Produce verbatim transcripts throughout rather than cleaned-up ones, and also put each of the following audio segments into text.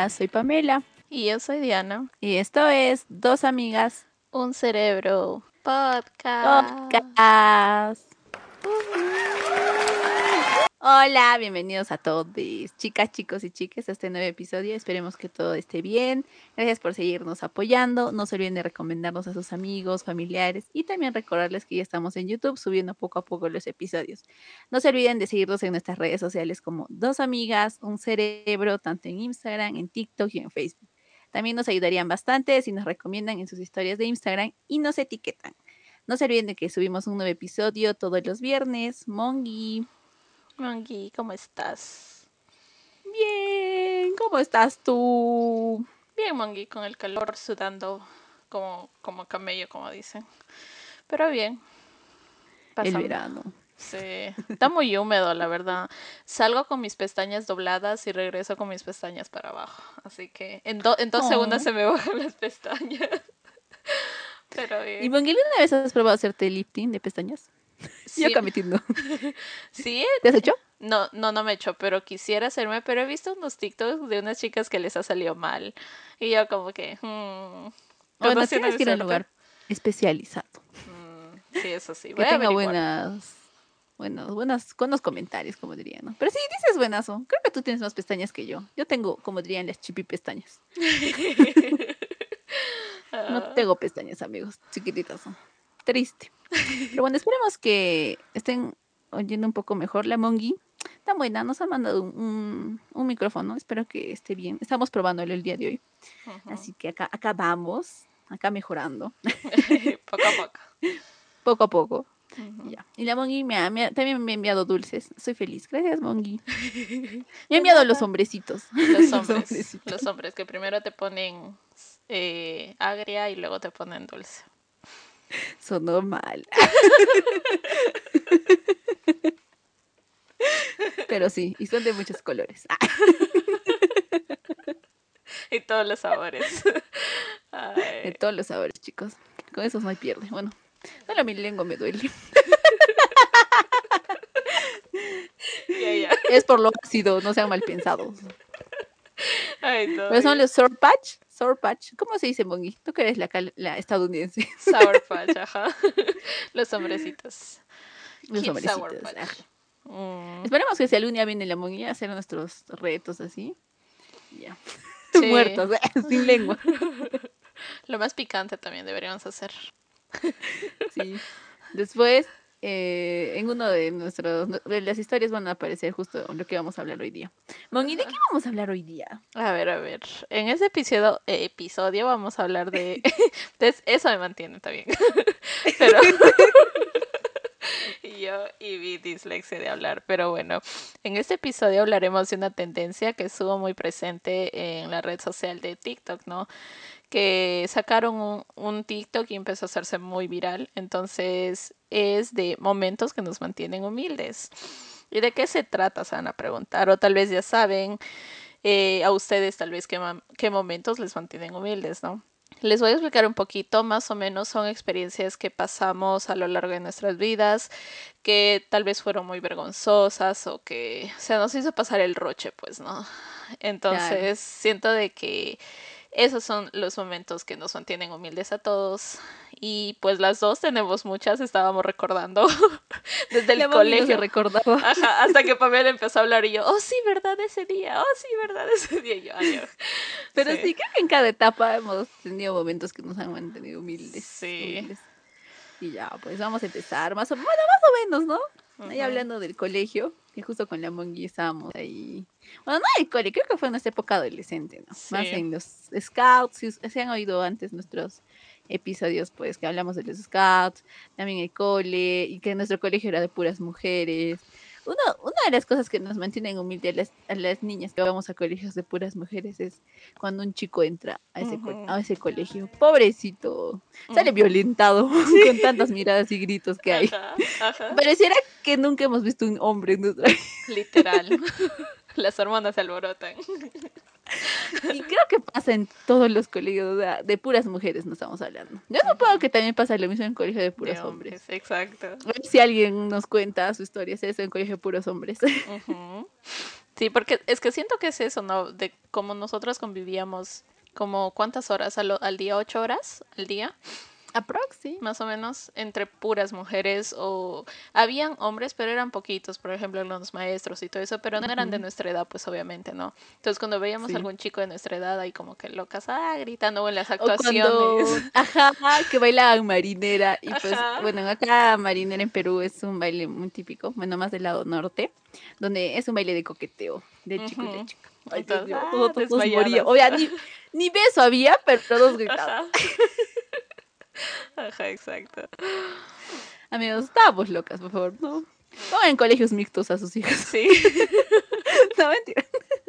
Hola, soy Pamela. Y yo soy Diana. Y esto es Dos Amigas. Un Cerebro Podcast. Podcast. Hola, bienvenidos a todos, chicas, chicos y chiques, a este nuevo episodio. Esperemos que todo esté bien. Gracias por seguirnos apoyando. No se olviden de recomendarnos a sus amigos, familiares y también recordarles que ya estamos en YouTube subiendo poco a poco los episodios. No se olviden de seguirnos en nuestras redes sociales como Dos Amigas, Un Cerebro, tanto en Instagram, en TikTok y en Facebook. También nos ayudarían bastante si nos recomiendan en sus historias de Instagram y nos etiquetan. No se olviden de que subimos un nuevo episodio todos los viernes. Mongi. Mongi, ¿cómo estás? Bien, ¿cómo estás tú? Bien, Mongi, con el calor sudando como, como camello, como dicen. Pero bien. Pasando. El verano. Sí, está muy húmedo, la verdad. Salgo con mis pestañas dobladas y regreso con mis pestañas para abajo. Así que en, do, en dos oh. segundos se me bajan las pestañas. Pero bien. ¿Y Mongi, alguna vez has probado hacerte lifting de pestañas? Sí. Yo acá metiendo. ¿Sí? ¿Te has hecho? No, no, no me he hecho, pero quisiera hacerme, pero he visto unos TikToks de unas chicas que les ha salido mal. Y yo como que... Hmm, bueno, tienes que ir a un lugar especializado. Mm, sí, eso sí. Voy que a tenga averiguar. buenas... Buenos, buenos, buenos comentarios, como diría, ¿no? Pero sí, dices buenazo. Creo que tú tienes más pestañas que yo. Yo tengo, como dirían, las chipi pestañas. No tengo pestañas, amigos. Chiquititas son. Triste. Pero bueno, esperemos que estén oyendo un poco mejor la Mongi. Tan buena, nos ha mandado un, un, un micrófono. Espero que esté bien. Estamos probándolo el día de hoy. Uh-huh. Así que acá, acá vamos, acá mejorando. Poco a poco. Poco a poco. Uh-huh. Ya. Y la Mongi me ha, me ha, también me ha enviado dulces. Soy feliz. Gracias, Mongi. Me ha enviado los hombrecitos. Los hombres. los, hombrecitos. Los hombres que primero te ponen eh, agria y luego te ponen dulce. Sonó mal. Pero sí, y son de muchos colores. Y todos los sabores. Ay. De todos los sabores, chicos. Con esos no hay pierde. Bueno, solo mi lengua me duele. Yeah, yeah. Es por lo ácido, no sean mal pensados. Ay, no, pero son los Sour Patch. Sour Patch. ¿Cómo se dice, Mongi? Tú que eres la, la estadounidense. Sour Patch, ajá. Los hombrecitos. Los Kid hombrecitos. Sour Patch. Mm. Esperemos que si algún día viene la Mongi a hacer nuestros retos así. Ya. Sí. Muertos, sin lengua. Lo más picante también deberíamos hacer. Sí. Después, eh, en uno de nuestros de las historias van a aparecer justo lo que vamos a hablar hoy día. Mongi, ¿de qué vamos a hablar hoy día? A ver, a ver. En ese episodio, eh, episodio vamos a hablar de... Entonces, eso me mantiene también. Pero... Yo y mi dislexia de hablar, pero bueno, en este episodio hablaremos de una tendencia que estuvo muy presente en la red social de TikTok, ¿no? Que sacaron un, un TikTok y empezó a hacerse muy viral, entonces es de momentos que nos mantienen humildes. ¿Y de qué se trata? Se van a preguntar, o tal vez ya saben eh, a ustedes tal vez qué, qué momentos les mantienen humildes, ¿no? Les voy a explicar un poquito, más o menos son experiencias que pasamos a lo largo de nuestras vidas, que tal vez fueron muy vergonzosas o que se nos hizo pasar el roche, pues, ¿no? Entonces, claro. Siento de que esos son los momentos que nos mantienen humildes a todos. Y pues las dos tenemos muchas, estábamos recordando desde el la colegio. Se recordaba. Ajá, hasta que Pamela empezó a hablar y yo, oh sí, verdad, ese día, oh sí, verdad, ese día. Y yo, ay, yo. Pero sí. sí, creo que en cada etapa hemos tenido momentos que nos han mantenido humildes. Sí. Humildes. Y ya, pues vamos a empezar, más o, bueno, más o menos, ¿no? Uh-huh. Ahí hablando del colegio, que justo con la Mongi estábamos ahí. Bueno, no del cole, creo que fue en nuestra época adolescente, ¿no? Sí. Más en los scouts, si se han oído antes nuestros episodios, pues, que hablamos de los scouts, también el cole, y que nuestro colegio era de puras mujeres. Uno, una de las cosas que nos mantienen humildes a las, a las niñas que vamos a colegios de puras mujeres es cuando un chico entra a ese, uh-huh. a ese colegio. Pobrecito, sale uh-huh. violentado sí. con tantas miradas y gritos que hay. Ajá, ajá. Pareciera que nunca hemos visto un hombre en nuestra vida. Literal. Las hormonas se alborotan. Y creo que pasa en todos los colegios, de, de puras mujeres no estamos hablando. Yo supongo uh-huh. que también pasa lo mismo en colegio de puros de hombres. hombres. Exacto. A ver si alguien nos cuenta su historia, es eso, en colegio de puros hombres. Uh-huh. Sí, porque es que siento que es eso, ¿no? De cómo nosotras convivíamos, como cuántas horas al, al día, ocho horas al día. Aprox, sí. Más o menos, entre puras mujeres o habían hombres, pero eran poquitos, por ejemplo, los maestros y todo eso, pero no eran de Ujú, nuestra edad, pues obviamente, ¿no? Entonces, cuando veíamos a sí. algún chico de nuestra edad ahí como que locas, ah, gritando o en las O actuaciones. cuando, ajá, que bailaban marinera. Y pues, Ajá. bueno, acá marinera en Perú es un baile muy típico, bueno, más del lado norte, donde es un baile de coqueteo, de chico y de Ujú. chica. Ay, Dios Entonces, mío, ah, nosotros nos moríamos. desmayadas. O sea, ni, ni beso había, pero todos gritaban. Ajá. Ajá, exacto. Amigos, estábamos locas, por favor, no. Pongan en colegios mixtos a sus hijos. Sí. No, mentira.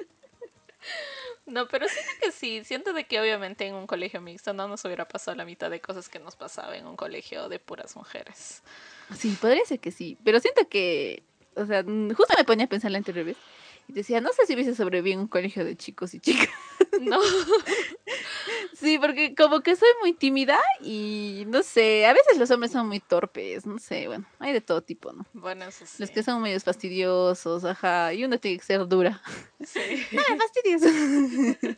No, pero siento que sí, siento de que obviamente en un colegio mixto no nos hubiera pasado la mitad de cosas que nos pasaba en un colegio de puras mujeres. Sí, podría ser que sí, pero siento que, o sea, mm, justo me ponía a pensar la anterior vez y decía, no sé si hubiese sobrevivido en un colegio de chicos y chicas. No. Sí, porque como que soy muy tímida y no sé, a veces los hombres son muy torpes, no sé, bueno, hay de todo tipo, ¿no? Bueno, eso sí. Los que son medios fastidiosos, ajá, y uno tiene que ser dura. Sí. No, fastidioso.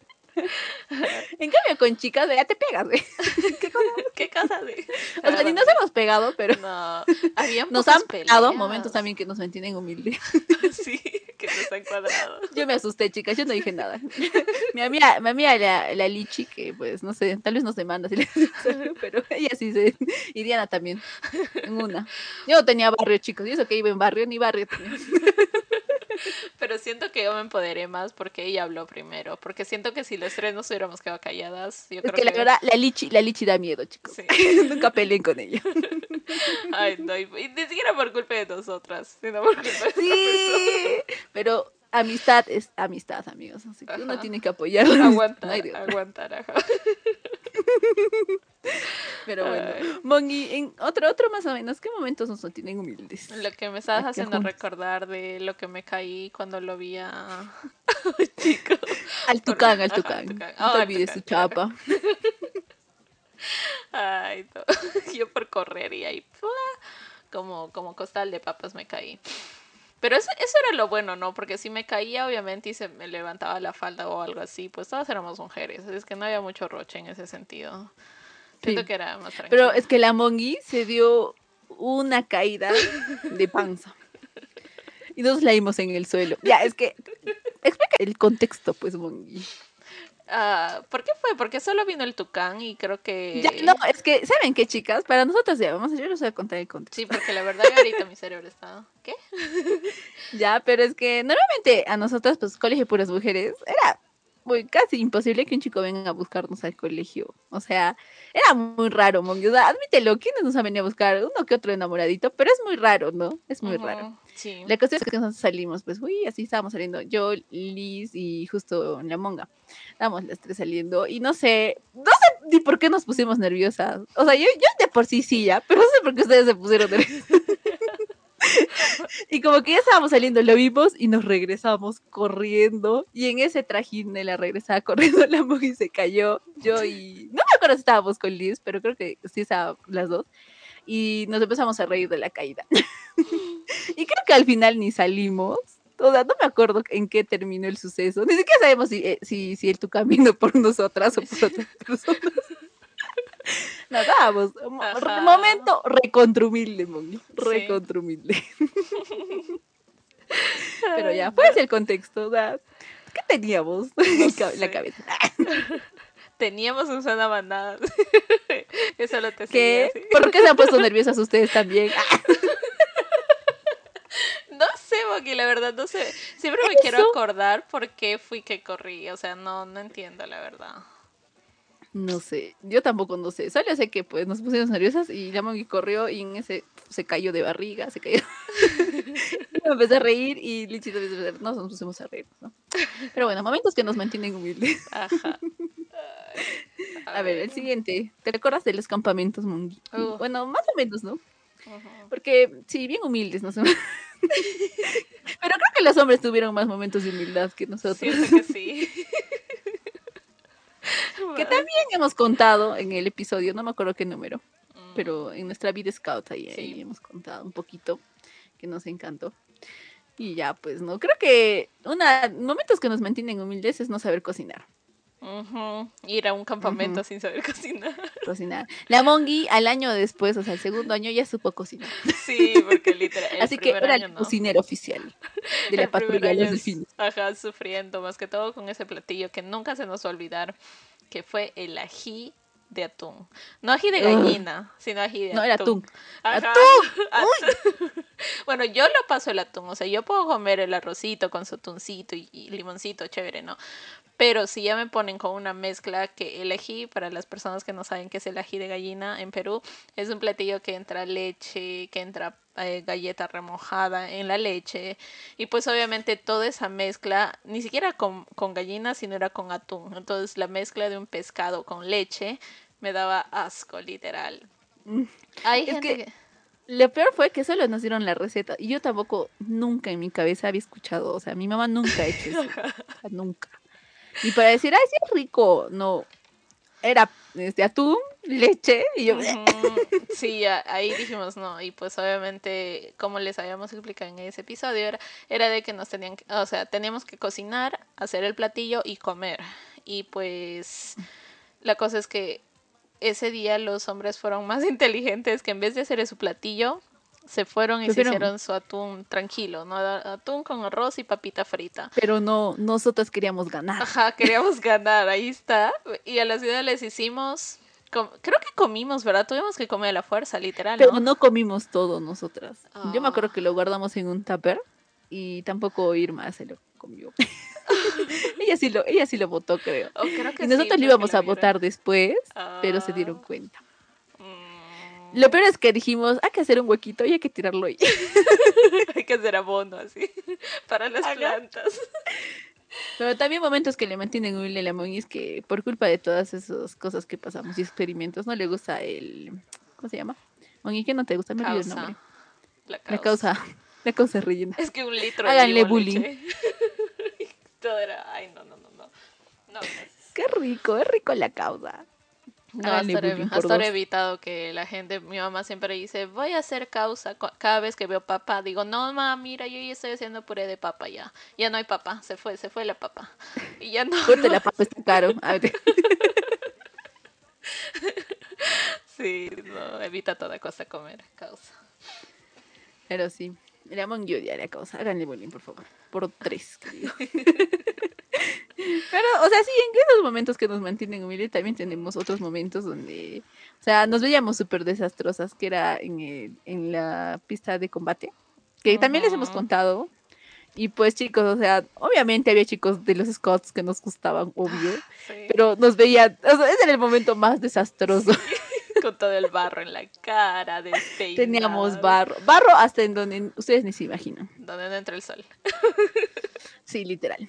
En cambio, con chicas, ya te pegas, güey. ¿Qué cosa? ¿Qué cosa de O sea, ni nos agarrarme? hemos pegado, pero No, habían nos pocas han pegado momentos peleas. también que nos mantienen humildes. Sí, que nos han cuadrado. Yo me asusté, chicas, yo no dije nada. Mi amiga, mi amiga la, la Lichi, que pues no sé, tal vez nos demanda si le hacemos algo, pero ella sí se. Y Diana también, en una. Yo no tenía barrio, chicos, y eso que iba en barrio, ni barrio tenía. Pero siento que yo me empoderé más porque ella habló primero. Porque siento que si los tres nos hubiéramos quedado calladas, yo Es creo que la que verdad, la Lichi, la Lichi da miedo, chicos. sí. Nunca peleen con ella. Ay, no, y, y ni siquiera por culpa de nosotras, sino por culpa de esa persona. Sí, pero amistad es amistad, amigos. Así que uno Ajá. tiene que apoyar la amistad, no hay Aguantar, de otra. aguantar, ajá. Pero bueno, Ay. Mongi, en otro, otro más o menos, ¿qué momentos nos mantienen humildes? Lo que me estabas Aquí haciendo juntos. recordar de lo que me caí cuando lo vi a un chico. Al Por... Tucán, al Ajá, al Tucán. Tucán. No Oh, te al olvides su Tucán, claro. chapa. Ay, no. Yo por correr y ahí, ¡fua! como, como costal de papas me caí. Pero eso, eso era lo bueno, ¿no? Porque si me caía, obviamente, y se me levantaba la falda o algo así, pues todas éramos mujeres. Es que no había mucho roche en ese sentido. Siento Sí. que era más Pero tranquilo. es que la Mongi se dio una caída de panza. Y nos la dimos en el suelo. Ya, es que explica el contexto, pues, Mongi. Ah, ¿por qué fue? Porque solo vino el tucán y creo Ya, no, que... es que, ¿saben qué, chicas? Para nosotros ya, vamos a, yo les voy a contar el Sí, contexto. porque la verdad que ahorita mi cerebro está... ¿Qué? Ya, pero es que normalmente a nosotras, pues, colegio de puras mujeres, era muy casi imposible que un chico venga a buscarnos al colegio. O sea, era muy raro, Mongi. O sea, admítelo, ¿quiénes nos han venido a buscar? Uno que otro enamoradito, pero es muy raro, ¿no? Es muy raro. Ujú, sí. La cuestión es que nosotros salimos, pues, uy, así estábamos saliendo. Yo, Liz y justo la monga. Estábamos las tres saliendo y no sé, no sé ni por qué nos pusimos nerviosas. O sea, yo, yo de por sí sí ya, pero no sé por qué ustedes se pusieron nerviosas. Y como que ya estábamos saliendo, lo vimos y nos regresamos corriendo. Y en ese trajín de la regresada corriendo, la monga se cayó. Yo y... No me acuerdo si estábamos con Liz, pero creo que sí estábamos las dos. Y nos empezamos a reír de la caída. Y creo que al final ni salimos. O sea, no me acuerdo en qué terminó el suceso. Ni siquiera sabemos si, eh, si, si él tu camino por nosotras o por otras personas. No, estábamos. mo- re- Ajá. Momento recontrahumilde, Moni. Sí. Recontrahumilde. Pero Ay, ya, fue no. ese el contexto. O sea, ¿qué teníamos No en ca- la sé. cabeza? Teníamos un zona bandada. Eso lo te seguía ¿Qué? así. ¿Por qué se han puesto nerviosas ustedes también? No sé, porque la verdad no sé. Siempre me quiero Eso. acordar por qué fui que corrí. O sea, no, no entiendo la verdad. No sé, yo tampoco no sé. Solo sé que pues nos pusimos nerviosas y la Mongi corrió y en ese se cayó de barriga, se cayó. Yo me empecé a reír y Lichito empezó a reír. Nos, nos pusimos a reír, ¿no? Pero bueno, momentos que nos mantienen humildes. Ajá. Ay, a A ver, ver. el siguiente. ¿Te recuerdas de los campamentos Mongi? Uh, Bueno, más o menos, ¿no? ujú. Porque sí, bien humildes, no sé. Pero creo que los hombres tuvieron más momentos de humildad que nosotros. Siento que sí. Que Más. también hemos contado en el episodio, no me acuerdo qué número, Mm, pero en nuestra vida scout ahí, ahí sí. hemos contado un poquito que nos encantó. Y ya, pues, no. Creo que una momentos que nos mantienen humildes es no saber cocinar. Uh-huh. Ir a un campamento uh-huh. sin saber cocinar. Cocinar. La Mongi al año después, o sea, el segundo año ya supo cocinar. Sí, porque literal. El Así que primer era año, el ¿no? cocinero oficial de la el patrulla de los delfines. Ajá, sufriendo, más que todo con ese platillo que nunca se nos va a olvidar, que fue el ají de atún. No ají de gallina, uh, sino ají de no, atún. No, era atún. Ajá. ¡Atún! ¡Atún! Bueno, yo lo paso el atún, o sea, yo puedo comer el arrocito con su atuncito y, y limoncito, chévere, ¿no? Pero si ya me ponen con una mezcla, que el ají, para las personas que no saben qué es el ají de gallina en Perú, es un platillo que entra leche, que entra eh, galleta remojada en la leche, y pues obviamente toda esa mezcla, ni siquiera con, con gallina, sino era con atún. Entonces la mezcla de un pescado con leche me daba asco, literal. Hay es gente que... que... Lo peor fue que solo nos dieron la receta y yo tampoco nunca en mi cabeza había escuchado, o sea, mi mamá nunca ha hecho eso, o sea, nunca. Y para decir, ay, sí es rico, no, era este, atún, leche, y yo... Uh-huh. Sí, ahí dijimos no, y pues obviamente, como les habíamos explicado en ese episodio, era, era de que nos tenían, que, o sea, teníamos que cocinar, hacer el platillo y comer. Y pues la cosa es que ese día los hombres fueron más inteligentes, que en vez de hacer su platillo, se fueron y Prefiero... se hicieron su atún tranquilo, ¿no? Atún con arroz y papita frita. Pero no, nosotros queríamos ganar. Ajá, queríamos ganar, ahí está. Y a la ciudad les hicimos, com- creo que comimos, ¿verdad? Tuvimos que comer a la fuerza, literal, ¿no? Pero no comimos todo nosotras. Oh. Yo me acuerdo que lo guardamos en un tupper y tampoco Irma se lo comió. ella sí lo, ella sí lo votó, creo. Oh, creo que y nosotros sí, lo íbamos a vieron. votar después, ah. pero se dieron cuenta. Lo peor es que dijimos, hay que hacer un huequito y hay que tirarlo ahí. Hay que hacer abono así, para las Haga. plantas. Pero también momentos que le mantienen humilde la Moni es que por culpa de todas esas cosas que pasamos y experimentos, no le gusta el... ¿Cómo se llama? Moni, ¿qué no te gusta? Me olvidé el nombre. La causa. La causa, la causa rellena. Es que un litro Háganle de bullying. Leche. Todo era, ay, no, no, no, no. no pues. Qué rico, es rico la causa. No, hasta, he, hasta he evitado que la gente, mi mamá siempre dice, voy a hacer causa. Cada vez que veo papa, digo, no, mamá, mira, yo ya estoy haciendo puré de papa ya. Ya no hay papa, se fue, se fue la papa. Y ya no. Corte la papa, está caro. A ver. Sí, no, evita toda cosa comer causa. Pero sí, el amor yo odiaría causa. Háganle bullying, por favor. Por tres, que digo. Pero, o sea, sí, en esos momentos que nos mantienen humildes también tenemos otros momentos donde, o sea, nos veíamos súper desastrosas, que era en, el, en la pista de combate, que uh-huh. también les hemos contado. Y pues chicos, o sea, obviamente había chicos de los Scouts que nos gustaban, obvio, sí. Pero nos veían, o sea, ese era el momento más desastroso. Sí. Con todo el barro en la cara, despeinado. Teníamos barro, barro hasta en donde ustedes ni se imaginan. Donde no entra el sol. Sí, literal.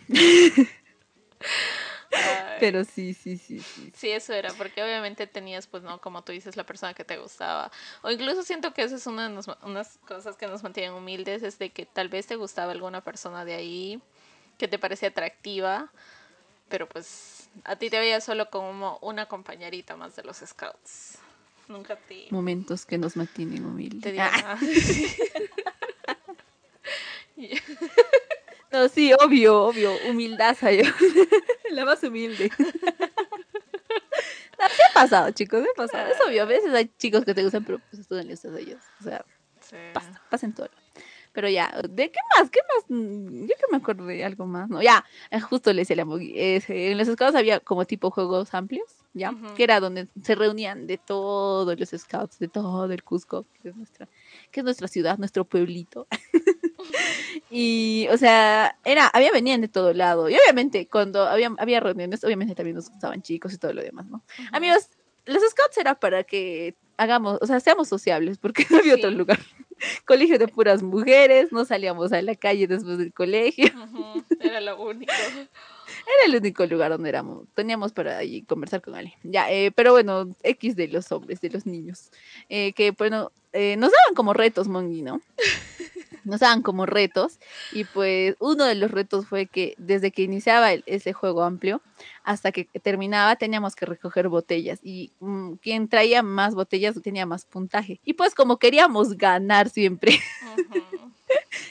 Ay. Pero sí, sí, sí, sí. Sí, eso era, porque obviamente tenías, pues, no, como tú dices, la persona que te gustaba. O incluso siento que eso es una de nos, unas cosas que nos mantienen humildes, es de que tal vez te gustaba alguna persona de ahí, que te parecía atractiva, pero pues a ti te veía solo como una compañerita más de los Scouts. Nunca te... Momentos que nos mantienen humildes. Te digo, ah. No, sí, obvio, obvio, humildaza yo. La más humilde. No, se ha pasado, chicos, se ha pasado. Es obvio, a veces hay chicos que te gustan, pero pues tú no le gustas a ellos. O sea, sí. pasa, pasa en todo. Pero ya, ¿de qué más? ¿Qué más? Yo que me acuerdo de algo más. No, ya, justo le decía la Mogi. En los scouts había como tipo juegos amplios, ¿ya? Uh-huh. Que era donde se reunían de todos los scouts, de todo el Cusco, que es nuestra, que es nuestra ciudad, nuestro pueblito. Y, o sea, era, había, venían de todo lado. Y obviamente, cuando había, había reuniones, obviamente también nos gustaban chicos y todo lo demás, ¿no? Uh-huh. Amigos, los scouts era para que hagamos, o sea, seamos sociables, porque no había sí. otro lugar. Colegio de puras mujeres, no salíamos a la calle después del colegio. Uh-huh. Era lo único. Era el único lugar donde éramos, teníamos para allí conversar con alguien. Ya, eh, pero bueno, X de los hombres, de los niños. Eh, que, bueno, eh, nos daban como retos, Mongi, ¿no? Nos daban como retos y pues uno de los retos fue que desde que iniciaba el, ese juego amplio hasta que terminaba teníamos que recoger botellas y um, quien traía más botellas tenía más puntaje y pues como queríamos ganar siempre uh-huh.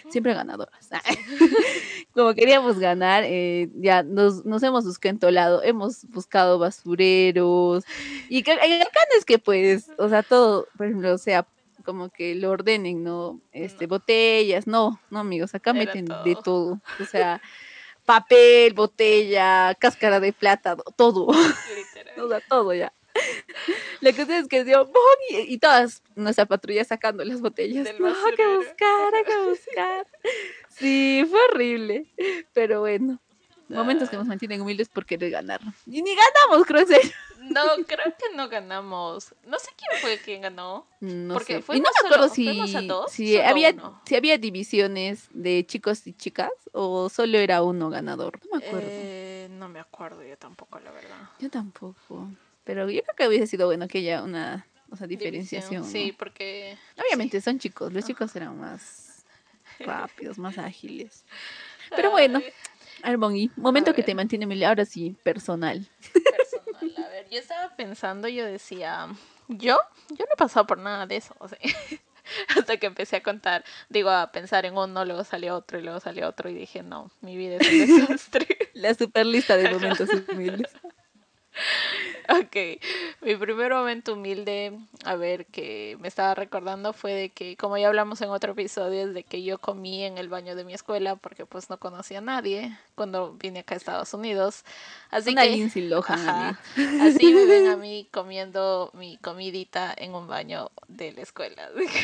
siempre ganadoras. Como queríamos ganar, eh, ya nos, nos hemos buscado, hemos buscado basureros, y que, el acá no es que pues, o sea, todo, por ejemplo, o sea, como que lo ordenen, ¿no? Este, No, botellas, no, no amigos, acá era meten de todo. todo, o sea, papel, botella, cáscara de plata, todo, Literal. o sea, todo ya. La cosa es que dio ¡pum! y, y todas nuestra patrulla sacando las botellas. Del No, hay que basurero. buscar, hay que buscar. Sí, fue horrible, pero bueno. Momentos que Ah, nos mantienen humildes por querer ganar. Y ni ganamos, creo que es. no, creo que no ganamos. No sé quién fue quien ganó. No Porque sé. Y no fuimos me acuerdo solo, fuimos a si, dos, si solo había, uno. si había divisiones de chicos y chicas o solo era uno ganador. No me acuerdo. Eh, no me acuerdo yo tampoco, la verdad. Yo tampoco. Pero yo creo que hubiese sido bueno que haya una, o sea, División, diferenciación, sí, ¿no? porque sí. Obviamente son chicos, los chicos Ajá. eran más rápidos, más ágiles. Pero bueno, Ay, Arbongi, a momento que te ver, mantiene humilde, ahora sí, personal. personal. A ver, yo estaba pensando, yo decía, yo, yo no he pasado por nada de eso, o sea, hasta que empecé a contar, digo, a pensar en uno, luego salió otro y luego salió otro y dije, no, mi vida es un desastre. La super lista de Ajá. momentos humildes. Ok, mi primer momento humilde, a ver, que me estaba recordando fue de que, como ya hablamos en otro episodio, es de que yo comí en el baño de mi escuela porque pues no conocía a nadie cuando vine acá a Estados Unidos. Así Una que, Lindsay Lohan, amigo. ajá, así me ven a mí comiendo mi comidita en un baño de la escuela.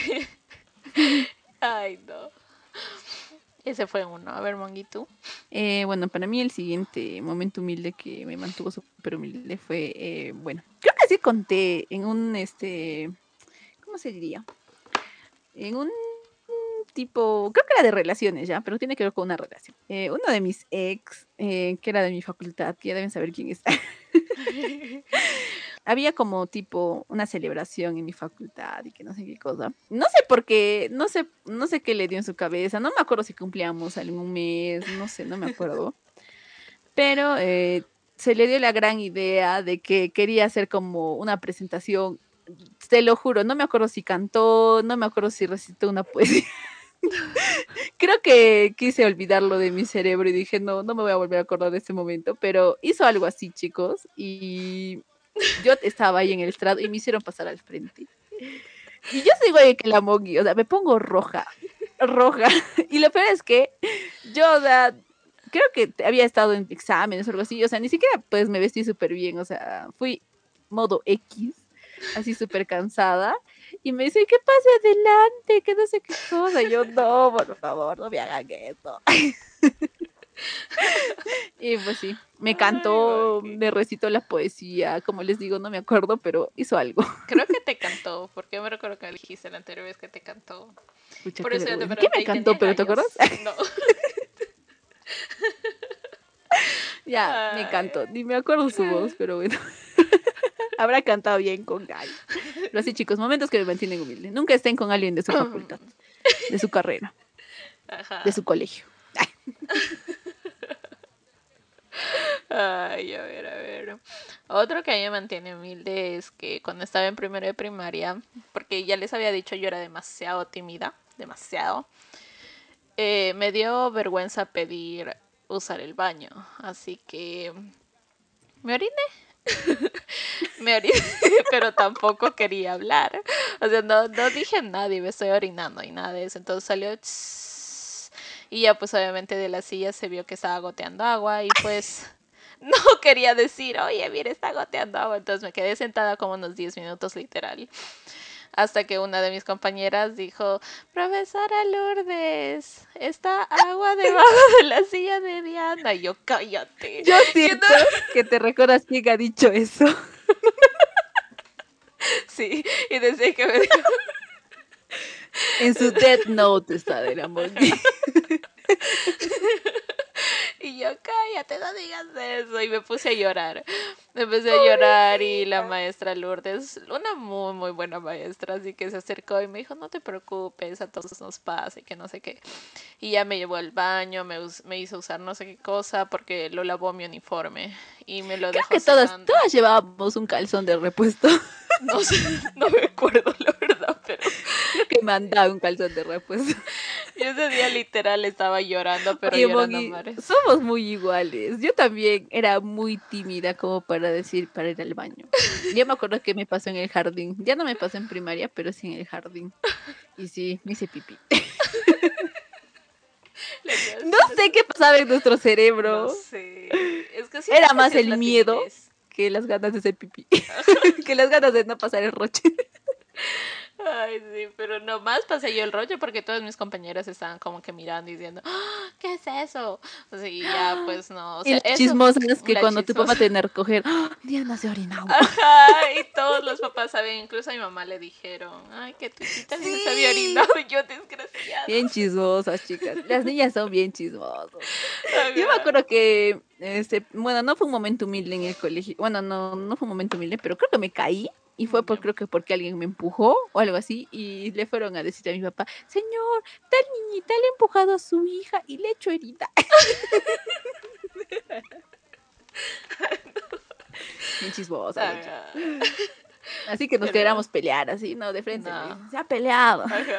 Ay, no. Ese fue uno. A ver, Monguito. Eh, bueno, para mí el siguiente momento humilde que me mantuvo súper humilde fue, eh, bueno, creo que sí conté en un, este, ¿cómo se diría? En un tipo, creo que era de relaciones ya, pero tiene que ver con una relación. Eh, uno de mis ex, eh, que era de mi facultad, que ya deben saber quién es. Había como tipo una celebración en mi facultad y que no sé qué cosa. No sé por qué, no sé, no sé qué le dio en su cabeza, no me acuerdo si cumplíamos algún mes, no sé, no me acuerdo. Pero eh, se le dio la gran idea de que quería hacer como una presentación, te lo juro, no me acuerdo si cantó, no me acuerdo si recitó una poesía. Creo que quise olvidarlo de mi cerebro y dije, no, no me voy a volver a acordar de ese momento, pero hizo algo así, chicos, y yo estaba ahí en el estrado y me hicieron pasar al frente. Y yo soy igual que la Mogi, o sea, me pongo roja, roja. Y lo peor es que yo, o sea, creo que había estado en exámenes o algo así, o sea, ni siquiera pues me vestí súper bien, o sea, fui modo X, así súper cansada. Y me dice, ¿qué pase adelante? Que no sé qué cosa. Y yo, no, por favor, no me hagan eso. Y pues sí, me Ay, cantó, Mongi. me recitó la poesía, como les digo, no me acuerdo, pero hizo algo. Creo que te cantó, porque yo me recuerdo que me dijiste la anterior vez que te cantó. Pucha, Por qué eso yo te vergüenza. ¿Qué pregunté, me ¿y cantó? tenía ¿Pero te acuerdas? gallos? No. Ya, me cantó. Ay. Ni me acuerdo su voz, pero bueno. Habrá cantado bien con gallo. Pero así, chicos, momentos que me mantienen humilde. Nunca estén con alguien de su facultad, de su carrera, de Ajá. su colegio. Ay, a ver, a ver. Otro que a mí me mantiene humilde es que cuando estaba en primero de primaria, porque ya les había dicho yo era demasiado tímida, demasiado, eh, me dio vergüenza pedir usar el baño, así que me oriné, me oriné, pero tampoco quería hablar, o sea, no, no dije a nadie, me estoy orinando y nada de eso, entonces salió tss, y ya pues obviamente de la silla se vio que estaba goteando agua y pues no quería decir, oye, mira, está goteando agua. Entonces me quedé sentada como unos diez minutos literal. Hasta que una de mis compañeras dijo, profesora Lourdes, está agua debajo de la silla de Diana. Y yo, cállate. Yo Y no, siento que te recuerdas quién ha dicho eso. sí, y desde que me dijo, En su Death Note está de la Monkey. y yo, cállate, no digas eso. Y me puse a llorar. Me empecé a llorar y la maestra Lourdes, una muy, muy buena maestra, así que se acercó y me dijo, no te preocupes, a todos nos pasa y que no sé qué. Y ya me llevó al baño, me, me hizo usar no sé qué cosa porque lo lavó mi uniforme y me lo Creo dejó que todas, secando. todas llevábamos un calzón de repuesto. No sé, no me acuerdo la verdad, pero Creo que me han dado un calzón de repuesto. Yo ese día literal estaba llorando, pero Oye, llorando a Mogui, mares. somos muy iguales. Yo también era muy tímida como para decir para ir al baño. Yo me acuerdo que me pasó en el jardín. Ya no me pasó en primaria, pero sí en el jardín. Y sí, me hice pipí. No sé qué pasaba en nuestro cerebro. No sé. Es que sí Era te más hacías el la miedo timidez. que las ganas de hacer pipí. Que las ganas de no pasar el roche. Ay, sí, pero nomás pasé yo el rollo porque todas mis compañeras estaban como que mirando y diciendo, "Ah, ¿qué es eso?" O sea, y ya, pues no, o Y sea, las eso, chismosas que la cuando tu papá chismosa. te viene a recoger, ¡ah! Diana se ha orinado. Ajá, y todos los papás saben, incluso a mi mamá le dijeron, ay, que tu hijita dijo se había Sí. orinado, y yo desgraciada. Bien chismosas, chicas. Las niñas son bien chismosas. Yo me Ajá. acuerdo que, este, bueno, no fue un momento humilde en el colegio. Bueno, no, no fue un momento humilde, pero creo que me caí. Y fue por, Ya. creo que porque alguien me empujó o algo así. Y le fueron a decir a mi papá, señor, tal niñita le ha empujado a su hija y le ha hecho herida. Bien chismosa, la chica. Ajá. Así que nos Pero, queríamos pelear, así, no, de frente. Me no. dicen, se ha peleado. Ajá.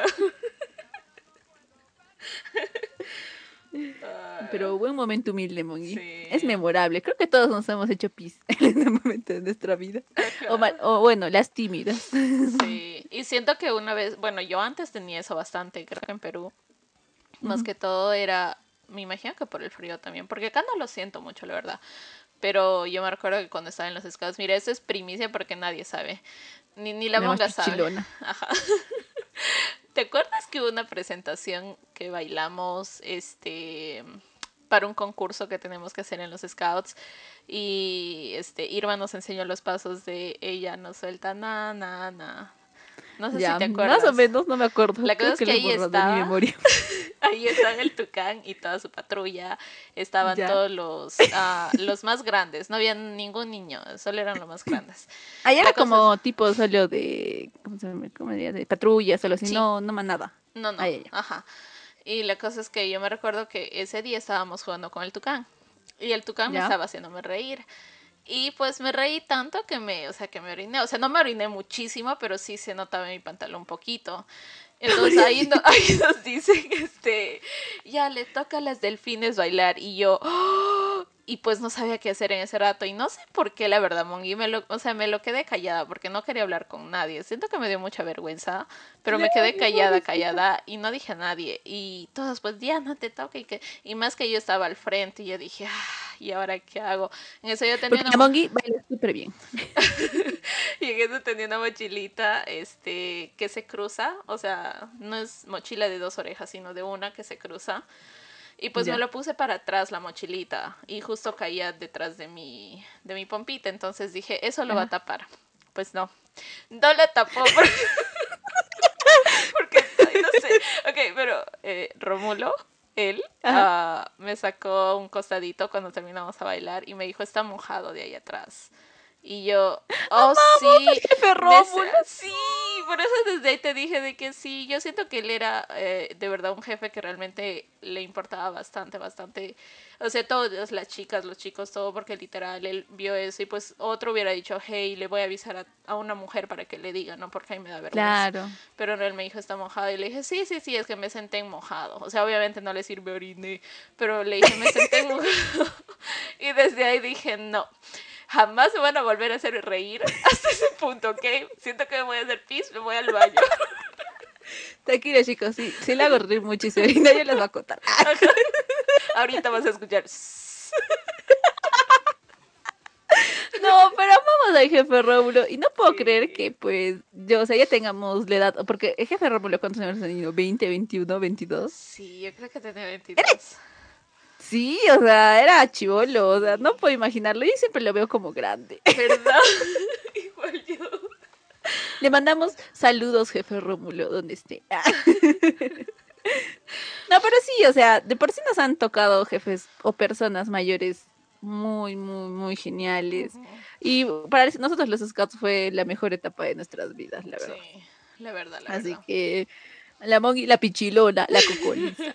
Pero buen momento humilde, Mongi. Sí. Es memorable. Creo que todos nos hemos hecho pis en un momento de nuestra vida. O, Ajá. mal- o bueno, las tímidas. Sí, y siento que una vez, bueno, yo antes tenía eso bastante, creo que en Perú, más Ujú. que todo era, me imagino que por el frío también, porque acá no lo siento mucho, la verdad, pero yo me recuerdo que cuando estaba en los scouts, mira, eso es primicia porque nadie sabe, ni, ni la La más monga sabe. pichilona. Ajá. ¿Te acuerdas que hubo una presentación que bailamos, este, para un concurso que tenemos que hacer en los scouts? Y este, Irma nos enseñó los pasos de ella no suelta na, na, na. No sé si Ya, te más o acuerdas. menos, no me acuerdo. La cosa Creo es que que lo he ahí borrado de mi estaba, memoria. ahí estaba el Tucán y toda su patrulla. Estaban Ya. todos los, uh, los más grandes. No había ningún niño, solo eran los más grandes. Ahí La era cosa es, como tipo solo de, ¿cómo se llama? ¿Cómo diría? De patrulla, solo así, sí, no, no más nada. no, no, Ahí, ya. ajá. Y la cosa es que yo me recuerdo que ese día estábamos jugando con el Tucán. Y el Tucán me ¿Ya? estaba haciéndome reír. Y pues me reí tanto que me, o sea, que me oriné. O sea, no me oriné muchísimo, pero sí se notaba en mi pantalón un poquito. Entonces ahí, no, ahí nos dicen, este, ya le toca a las delfines bailar. Y yo, ¡oh! Y pues no sabía qué hacer en ese rato. Y no sé por qué, la verdad, Mongi, me lo, o sea, me lo quedé callada porque no quería hablar con nadie. Siento que me dio mucha vergüenza, pero Ya, me quedé mi callada, pobrecita. callada y no dije a nadie. Y todos, pues, ya no te toca. Y, que, y más que yo estaba al frente y yo dije, ah, ¿y ahora qué hago? En eso yo tenía Porque una... la mo- Mongi baila súper bien. Y en eso tenía una mochilita, este, que se cruza, o sea, no es mochila de dos orejas, sino de una que se cruza. Y pues me Ya. lo puse para atrás la mochilita y justo caía detrás de mi, de mi pompita, entonces dije, eso lo va a Ajá. tapar. Pues no, no lo tapó porque, porque ay, no sé. Ok, pero eh, Romulo, él, Ajá. uh, me sacó un costadito cuando terminamos a bailar y me dijo, está mojado de ahí atrás. Y yo, oh sí, Jefe me sa- Rómulo. sí, por eso desde ahí te dije de que sí, yo siento que él era eh, de verdad un jefe que realmente le importaba bastante, bastante, o sea, todas las chicas, los chicos, todo, porque literal él vio eso y pues otro hubiera dicho, hey, le voy a avisar a, a una mujer para que le diga, ¿no? Porque ahí me da vergüenza. Claro. Pero no, él me dijo, está mojado, y le dije, sí, sí, sí, es que me senté en mojado, o sea, obviamente no le sirve orine, pero le dije, me senté en mojado, y desde ahí dije, no. Jamás me van a volver a hacer reír hasta ese punto, ¿ok? Siento que me voy a hacer pis, me voy al baño. Tranquila, chicos, sí, sí le hago reír muchísimo. Y nadie les va a contar. Ahorita vas a escuchar. No, pero amamos al jefe Rómulo. Y no puedo Sí. creer que, pues, yo, o sea, ya tengamos la edad. Porque el jefe Rómulo, ¿cuántos años ha tenido? ¿veinte, veintiuno, veintidós? Sí, yo creo que tenía veintidós. Sí, o sea, era chivolo. O sea, no puedo imaginarlo. Yo siempre lo veo como grande. ¿Verdad? Igual yo. Le mandamos saludos, jefe Rómulo, donde esté. No, pero sí, o sea, de por sí nos han tocado jefes o personas mayores muy, muy, muy geniales. Ujú. Y para nosotros los scouts fue la mejor etapa de nuestras vidas, la Sí, verdad. la verdad, la Así verdad. que la Mongi, la pichilona, la cocoliza.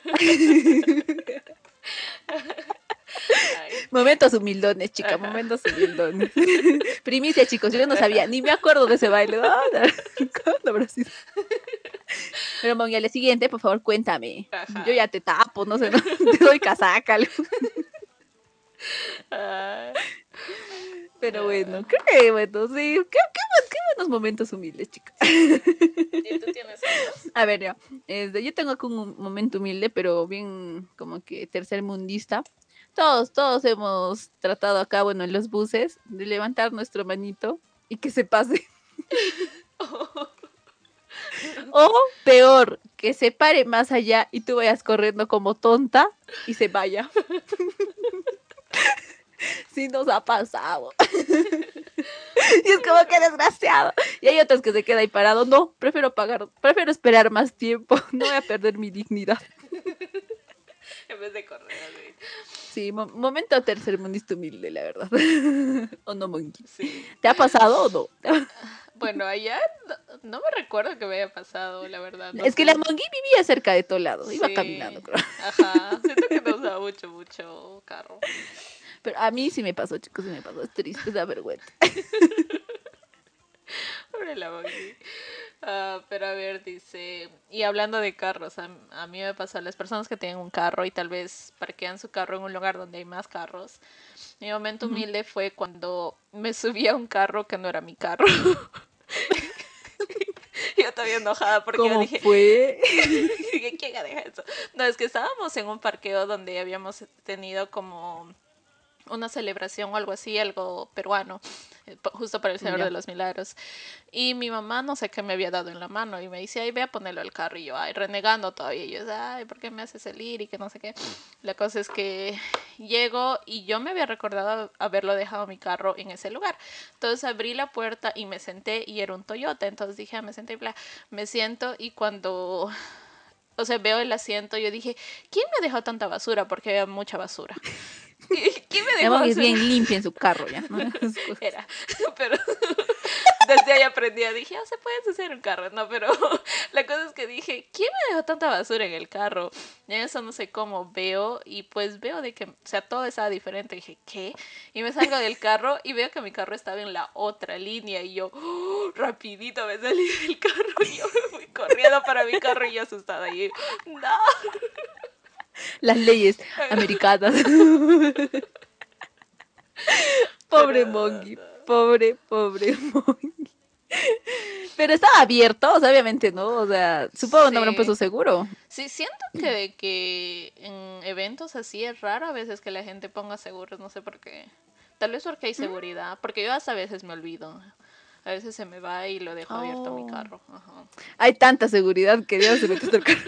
Ay. Momentos humildones, chica, Ajá. momentos humildones. Primicia, chicos, yo no sabía, ni me acuerdo de ese baile. Ah, ¿cuándo habrá sido? Pero Mongi, al siguiente, por favor, cuéntame. Ajá. Yo ya te tapo, no sé, no, te doy casaca. Ay, Pero ah, bueno, creo que bueno, sí, qué, qué, buen- qué buenos momentos humildes, chicas. ¿y tú tienes otros? A ver, ya, este, yo tengo aquí un momento humilde, pero bien como que tercermundista. Todos, todos hemos tratado acá, bueno, en los buses, de levantar nuestro manito y que se pase. O peor, que se pare más allá y tú vayas corriendo como tonta y se vaya. Sí nos ha pasado. Y es como que desgraciado. Y hay otros que se queda ahí parado. No, prefiero pagar, prefiero esperar más tiempo. No voy a perder mi dignidad. En vez de correr así. Sí, mo- momento tercermundista humilde, la verdad. ¿O no, Monkey? Sí. ¿Te ha pasado o no? Bueno, allá no, no me recuerdo que me haya pasado, la verdad, no Es que la sé. Monkey vivía cerca de todo lado. Iba caminando, Sí, creo. ajá. Siento que no usaba mucho, mucho carro. Pero a mí sí me pasó, chicos, sí me pasó. Es triste, da vergüenza. Pobre la Maggie. Ah, pero a ver, dice, y hablando de carros, a, a mí me pasó, las personas que tienen un carro y tal vez parquean su carro en un lugar donde hay más carros. Mi momento Ujú. humilde fue cuando me subí a un carro que no era mi carro. Yo estaba enojada porque yo ¿Cómo dije, fue? dije, ¿quién ha dejado eso? No, es que estábamos en un parqueo donde habíamos tenido como una celebración o algo así, algo peruano, eh, po- justo para el Señor de Ya. los Milagros. Y mi mamá no sé qué me había dado en la mano y me dice, ay, ve a ponerlo al carro. Y yo, ay, renegando todavía. Y yo, ay, ¿por qué me hace salir? Y que no sé qué. La cosa es que llego y yo me había recordado haberlo dejado mi carro en ese lugar. Entonces abrí la puerta y me senté y era un Toyota. Entonces dije, ah, me senté y bla. Me siento y cuando... O sea, veo el asiento, yo dije, ¿quién me dejó tanta basura? Porque había mucha basura. ¿Quién me La dejó Monkey es basura? bien limpia en su carro, ya. ¿No? Era, pero desde ahí aprendí, dije, ah, se puede hacer un carro, no, pero la cosa es que dije, ¿quién me dejó tanta basura en el carro? Y en eso no sé cómo veo, y pues veo de que, o sea, todo estaba diferente, dije, ¿qué? Y me salgo del carro y veo que mi carro estaba en la otra línea, y yo, oh, rapidito me salí del carro, y yo me fui corriendo para mi carro, y yo asustada, y yo, no. Las leyes americanas. Pobre Pero, Monkey. no. Pobre, pobre Monkey. Pero estaba abierto, o sea, obviamente, ¿no? O sea, supongo que no habrán puesto Sí. seguro. Sí, siento que de que en eventos así es raro a veces que la gente ponga seguros, no sé por qué. Tal vez porque hay seguridad, porque yo hasta a veces me olvido. A veces se me va y lo dejo abierto mi Oh. carro. Ajá. Hay tanta seguridad que Dios se metió hasta el carro.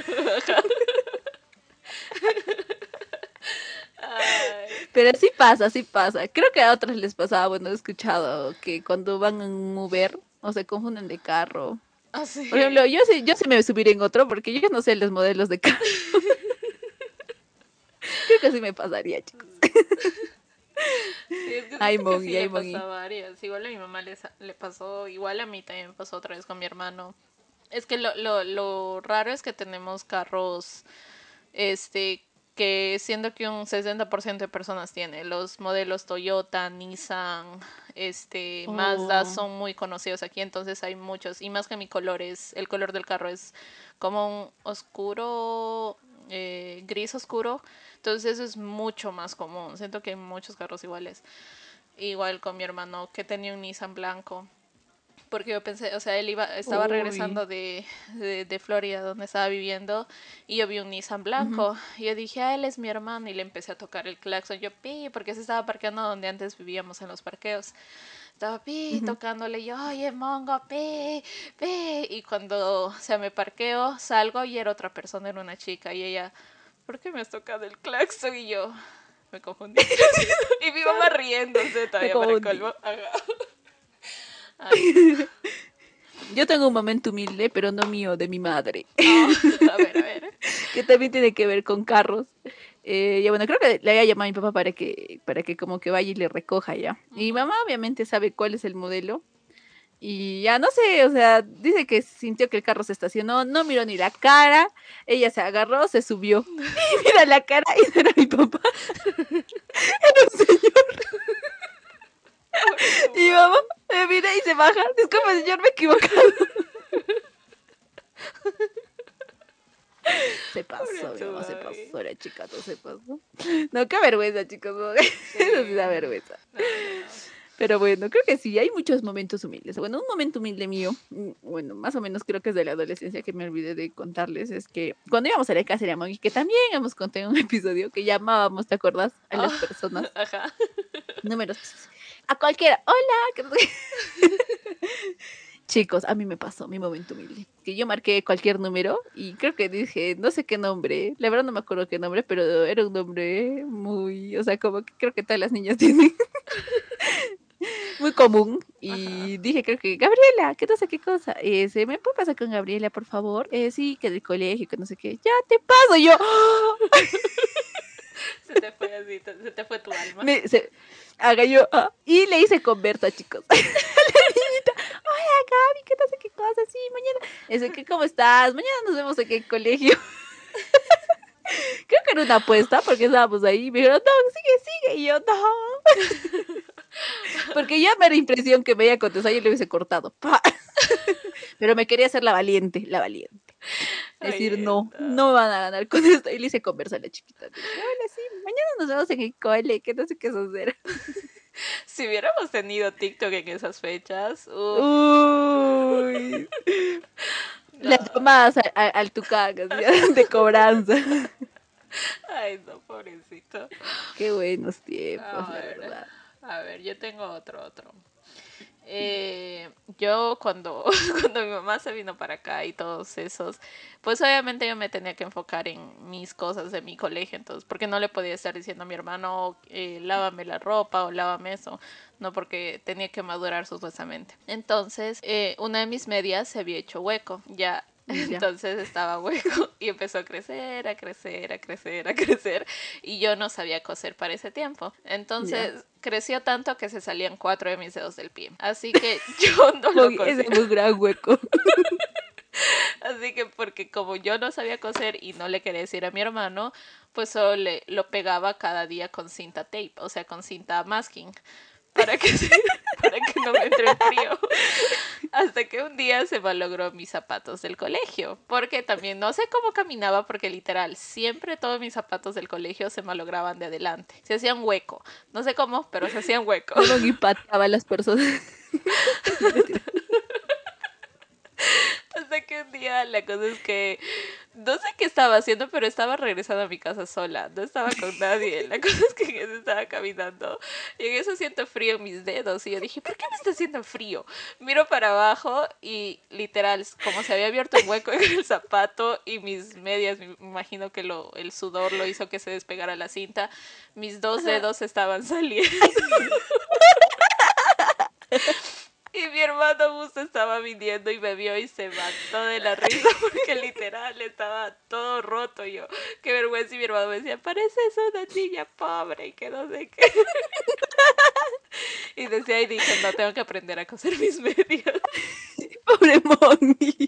Ay, Pero sí pasa, sí pasa. Creo que a otras les pasaba, bueno, he escuchado que cuando van en un Uber o se confunden de carro. Por así. ejemplo, yo sí, yo sí me subiré en otro porque yo no sé los modelos de carro. Creo que sí me pasaría, chicos. Sí, es que Ay, siento que sí Mongi, le ay, pasa a Mongi. varias. Igual a mi mamá les- le pasó, igual a mí también me pasó otra vez con mi hermano. Es que lo, lo, lo raro es que tenemos carros este que siendo que un sesenta por ciento de personas tiene. Los modelos Toyota, Nissan, este, Mazda Oh, son muy conocidos aquí, entonces hay muchos. Y más que mi color es, el color del carro es como un oscuro, eh, gris oscuro. Entonces eso es mucho más común. Siento que hay muchos carros iguales. Igual con mi hermano que tenía un Nissan blanco. Porque yo pensé, o sea, él iba, estaba uy. regresando de, de, de Florida, donde estaba viviendo, y yo vi un Nissan Ujú. blanco. Y yo dije, ah, él es mi hermano, y le empecé a tocar el claxon. Yo, pi, porque se estaba parqueando donde antes vivíamos en los parqueos. Estaba pi, Ujú. tocándole, yo, oye, mongo, pi, pi. Y cuando, o sea, me parqueo, salgo y era otra persona, era una chica. Y ella, ¿por qué me has tocado el claxon? Y yo, me confundí. Y mi mamá Sorry. riéndose Me todavía para el confundí. colmo. Ajá. Ay, no. Yo tengo un momento humilde, pero no mío, de mi madre, Oh, a ver, a ver. que también tiene que ver con carros. Eh, ya bueno, creo que le había llamado a mi papá para que, para que como que vaya y le recoja ya. Y mi Ujú. mamá obviamente sabe cuál es el modelo. Y ya no sé, o sea, dice que sintió que el carro se estacionó, no miró ni la cara, ella se agarró, se subió. Y mira la cara y no era mi papá, era un señor. Pobre tu Y mi mamá madre. me mira y se baja. Disculpa, señor, me he equivocado. Se pasó, mi mamá, se Mami. pasó, la chica, no se pasó. No, qué vergüenza, chicos. No. Sí. Eso sí da vergüenza. No, no, no. Pero bueno, creo que sí, hay muchos momentos humildes. Bueno, un momento humilde mío, bueno, más o menos creo que es de la adolescencia que me olvidé de contarles, es que cuando íbamos a la casa de la Mongi, que también hemos contado en un episodio que llamábamos, ¿te acuerdas? A las Oh, personas. ajá. Números. A cualquiera. Hola. Chicos, a mí me pasó mi momento humilde. Que yo marqué cualquier número y creo que dije, no sé qué nombre. La verdad no me acuerdo qué nombre, pero era un nombre muy, o sea, como que creo que todas las niñas tienen. Muy común. Ajá. Y dije, creo que, Gabriela, que no sé qué cosa. Ese, ¿me puede pasar con Gabriela, por favor? Eh, sí, que del colegio, que no sé qué. Ya te paso yo. Se te fue así, te- se te fue tu alma. Me, se, haga yo. ah, Y le hice conversa, chicos. La niñita, hola Gaby, que no sé qué cosa. Sí, mañana. Ese, que ¿cómo estás? Mañana nos vemos en el colegio. Creo que era una apuesta porque estábamos ahí. Y me dijeron, no, sigue, sigue. Y yo, no. Porque ya me da impresión que me iba a contestar y le hubiese cortado. ¡Pa! Pero me quería hacer la valiente, la valiente. Decir, Ay, no, no. no me van a ganar con esto. Y le hice conversa a la chiquita. Le dije, hola, sí, mañana nos vemos en el cole, que no sé qué hacer. Si hubiéramos tenido TikTok en esas fechas, uff, Uy. no. Las llamadas a- a- al tucán, así, de cobranza. Ay, no, pobrecito. Qué buenos tiempos, A la ver, verdad. a ver, yo tengo otro, otro. Eh, yo cuando, cuando mi mamá se vino para acá y todos esos, pues obviamente yo me tenía que enfocar en mis cosas de mi colegio, entonces, porque no le podía estar diciendo a mi hermano, eh, lávame la ropa o lávame eso, no, porque tenía que madurar supuestamente. Entonces, eh, una de mis medias se había hecho hueco, ya. Ya. Entonces estaba hueco y empezó a crecer, a crecer, a crecer, a crecer. Y yo no sabía coser para ese tiempo. Ya. Entonces creció tanto que se salían cuatro de mis dedos del pie. Así que yo no lo Muy- ese cosí. es muy gran hueco. Así que porque como yo no sabía coser y no le quería decir a mi hermano, pues solo le, lo pegaba cada día con cinta tape, o sea, con cinta masking. Para que, se, para que no me entre el frío. Hasta que un día se malogró mis zapatos del colegio. Porque también no sé cómo caminaba, porque literal, siempre todos mis zapatos del colegio se malograban de adelante. Se hacían hueco. No sé cómo, pero se hacían hueco. La Mogui pateaba a las personas. Mentira. Hasta que un día la cosa es que no sé qué estaba haciendo, pero estaba regresando a mi casa sola. No estaba con nadie. La cosa es que en eso estaba caminando y en eso siento frío en mis dedos. Y yo dije, ¿por qué me está haciendo frío? Miro para abajo y literal, como se había abierto un hueco en el zapato y mis medias, me imagino que lo, el sudor lo hizo que se despegara la cinta, mis dos dedos estaban saliendo. Y mi hermano justo estaba viniendo y me vio y se mató de la risa porque literal estaba todo roto. Yo, qué vergüenza. Y mi hermano me decía, pareces una niña pobre y que no sé qué. Y decía, y dije, no, tengo que aprender a coser mis medias. Pobre Mogui.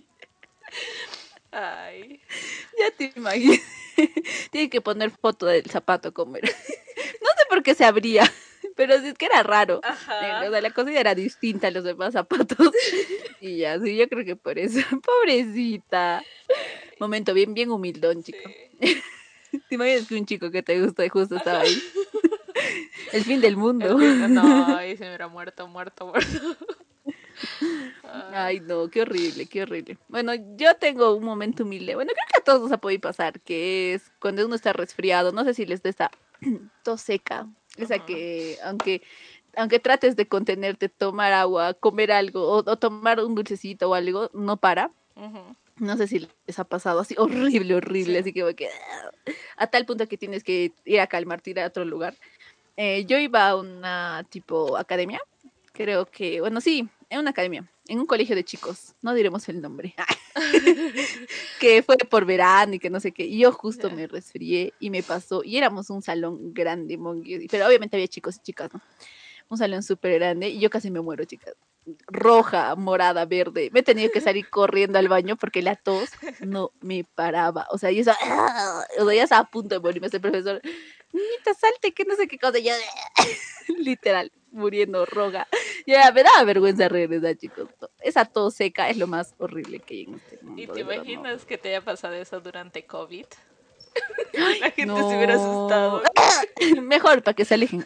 Ay, Ya te imaginas. Tiene que poner foto del zapato como era. No sé por qué se abría, pero sí es que era raro. Eh, ajá. O sea, la cosilla era distinta a los demás zapatos. Y ya, sí, yo creo que por eso. Pobrecita. Ay, Momento bien, bien humildón, chico. sí. ¿Te imaginas que un chico que te gusta y justo estaba Ajá. ahí? El fin del El mundo. fin, no, ahí se me hubiera muerto, muerto, muerto. Ay, Ay, no, qué horrible, qué horrible. Bueno, yo tengo un momento humilde. Bueno, creo que a todos nos ha podido pasar, que es cuando uno está resfriado. No sé si les da esta tos seca. Esa ajá. que, aunque, aunque trates de contenerte, tomar agua, comer algo o, o tomar un dulcecito o algo, no para. Ujú. No sé si les ha pasado así, horrible, horrible. Sí. Así que, como que a tal punto que tienes que ir a calmarte, ir a otro lugar. Eh, yo iba a una tipo academia, creo que, bueno, sí, en una academia, en un colegio de chicos, no diremos el nombre, que fue por verano y que no sé qué, y yo justo Ya. me resfrié y me pasó, y éramos un salón grande, monguis, pero obviamente había chicos y chicas, ¿no? Un salón súper grande y yo casi me muero, chicas. Roja, morada, verde. Me he tenido que salir corriendo al baño porque la tos no me paraba. O sea, yo estaba, o sea, ya estaba a punto de morirme. Ese profesor, niñita, salte, que no sé qué cosa. Y yo, literal, muriendo roja. Ya, me daba vergüenza regresar, chicos. No, esa esa tos seca es lo más horrible que hay en este mundo. ¿Y te imaginas no. que te haya pasado eso durante COVID? Ay, la gente no. se hubiera asustado. Mejor para que se alejen.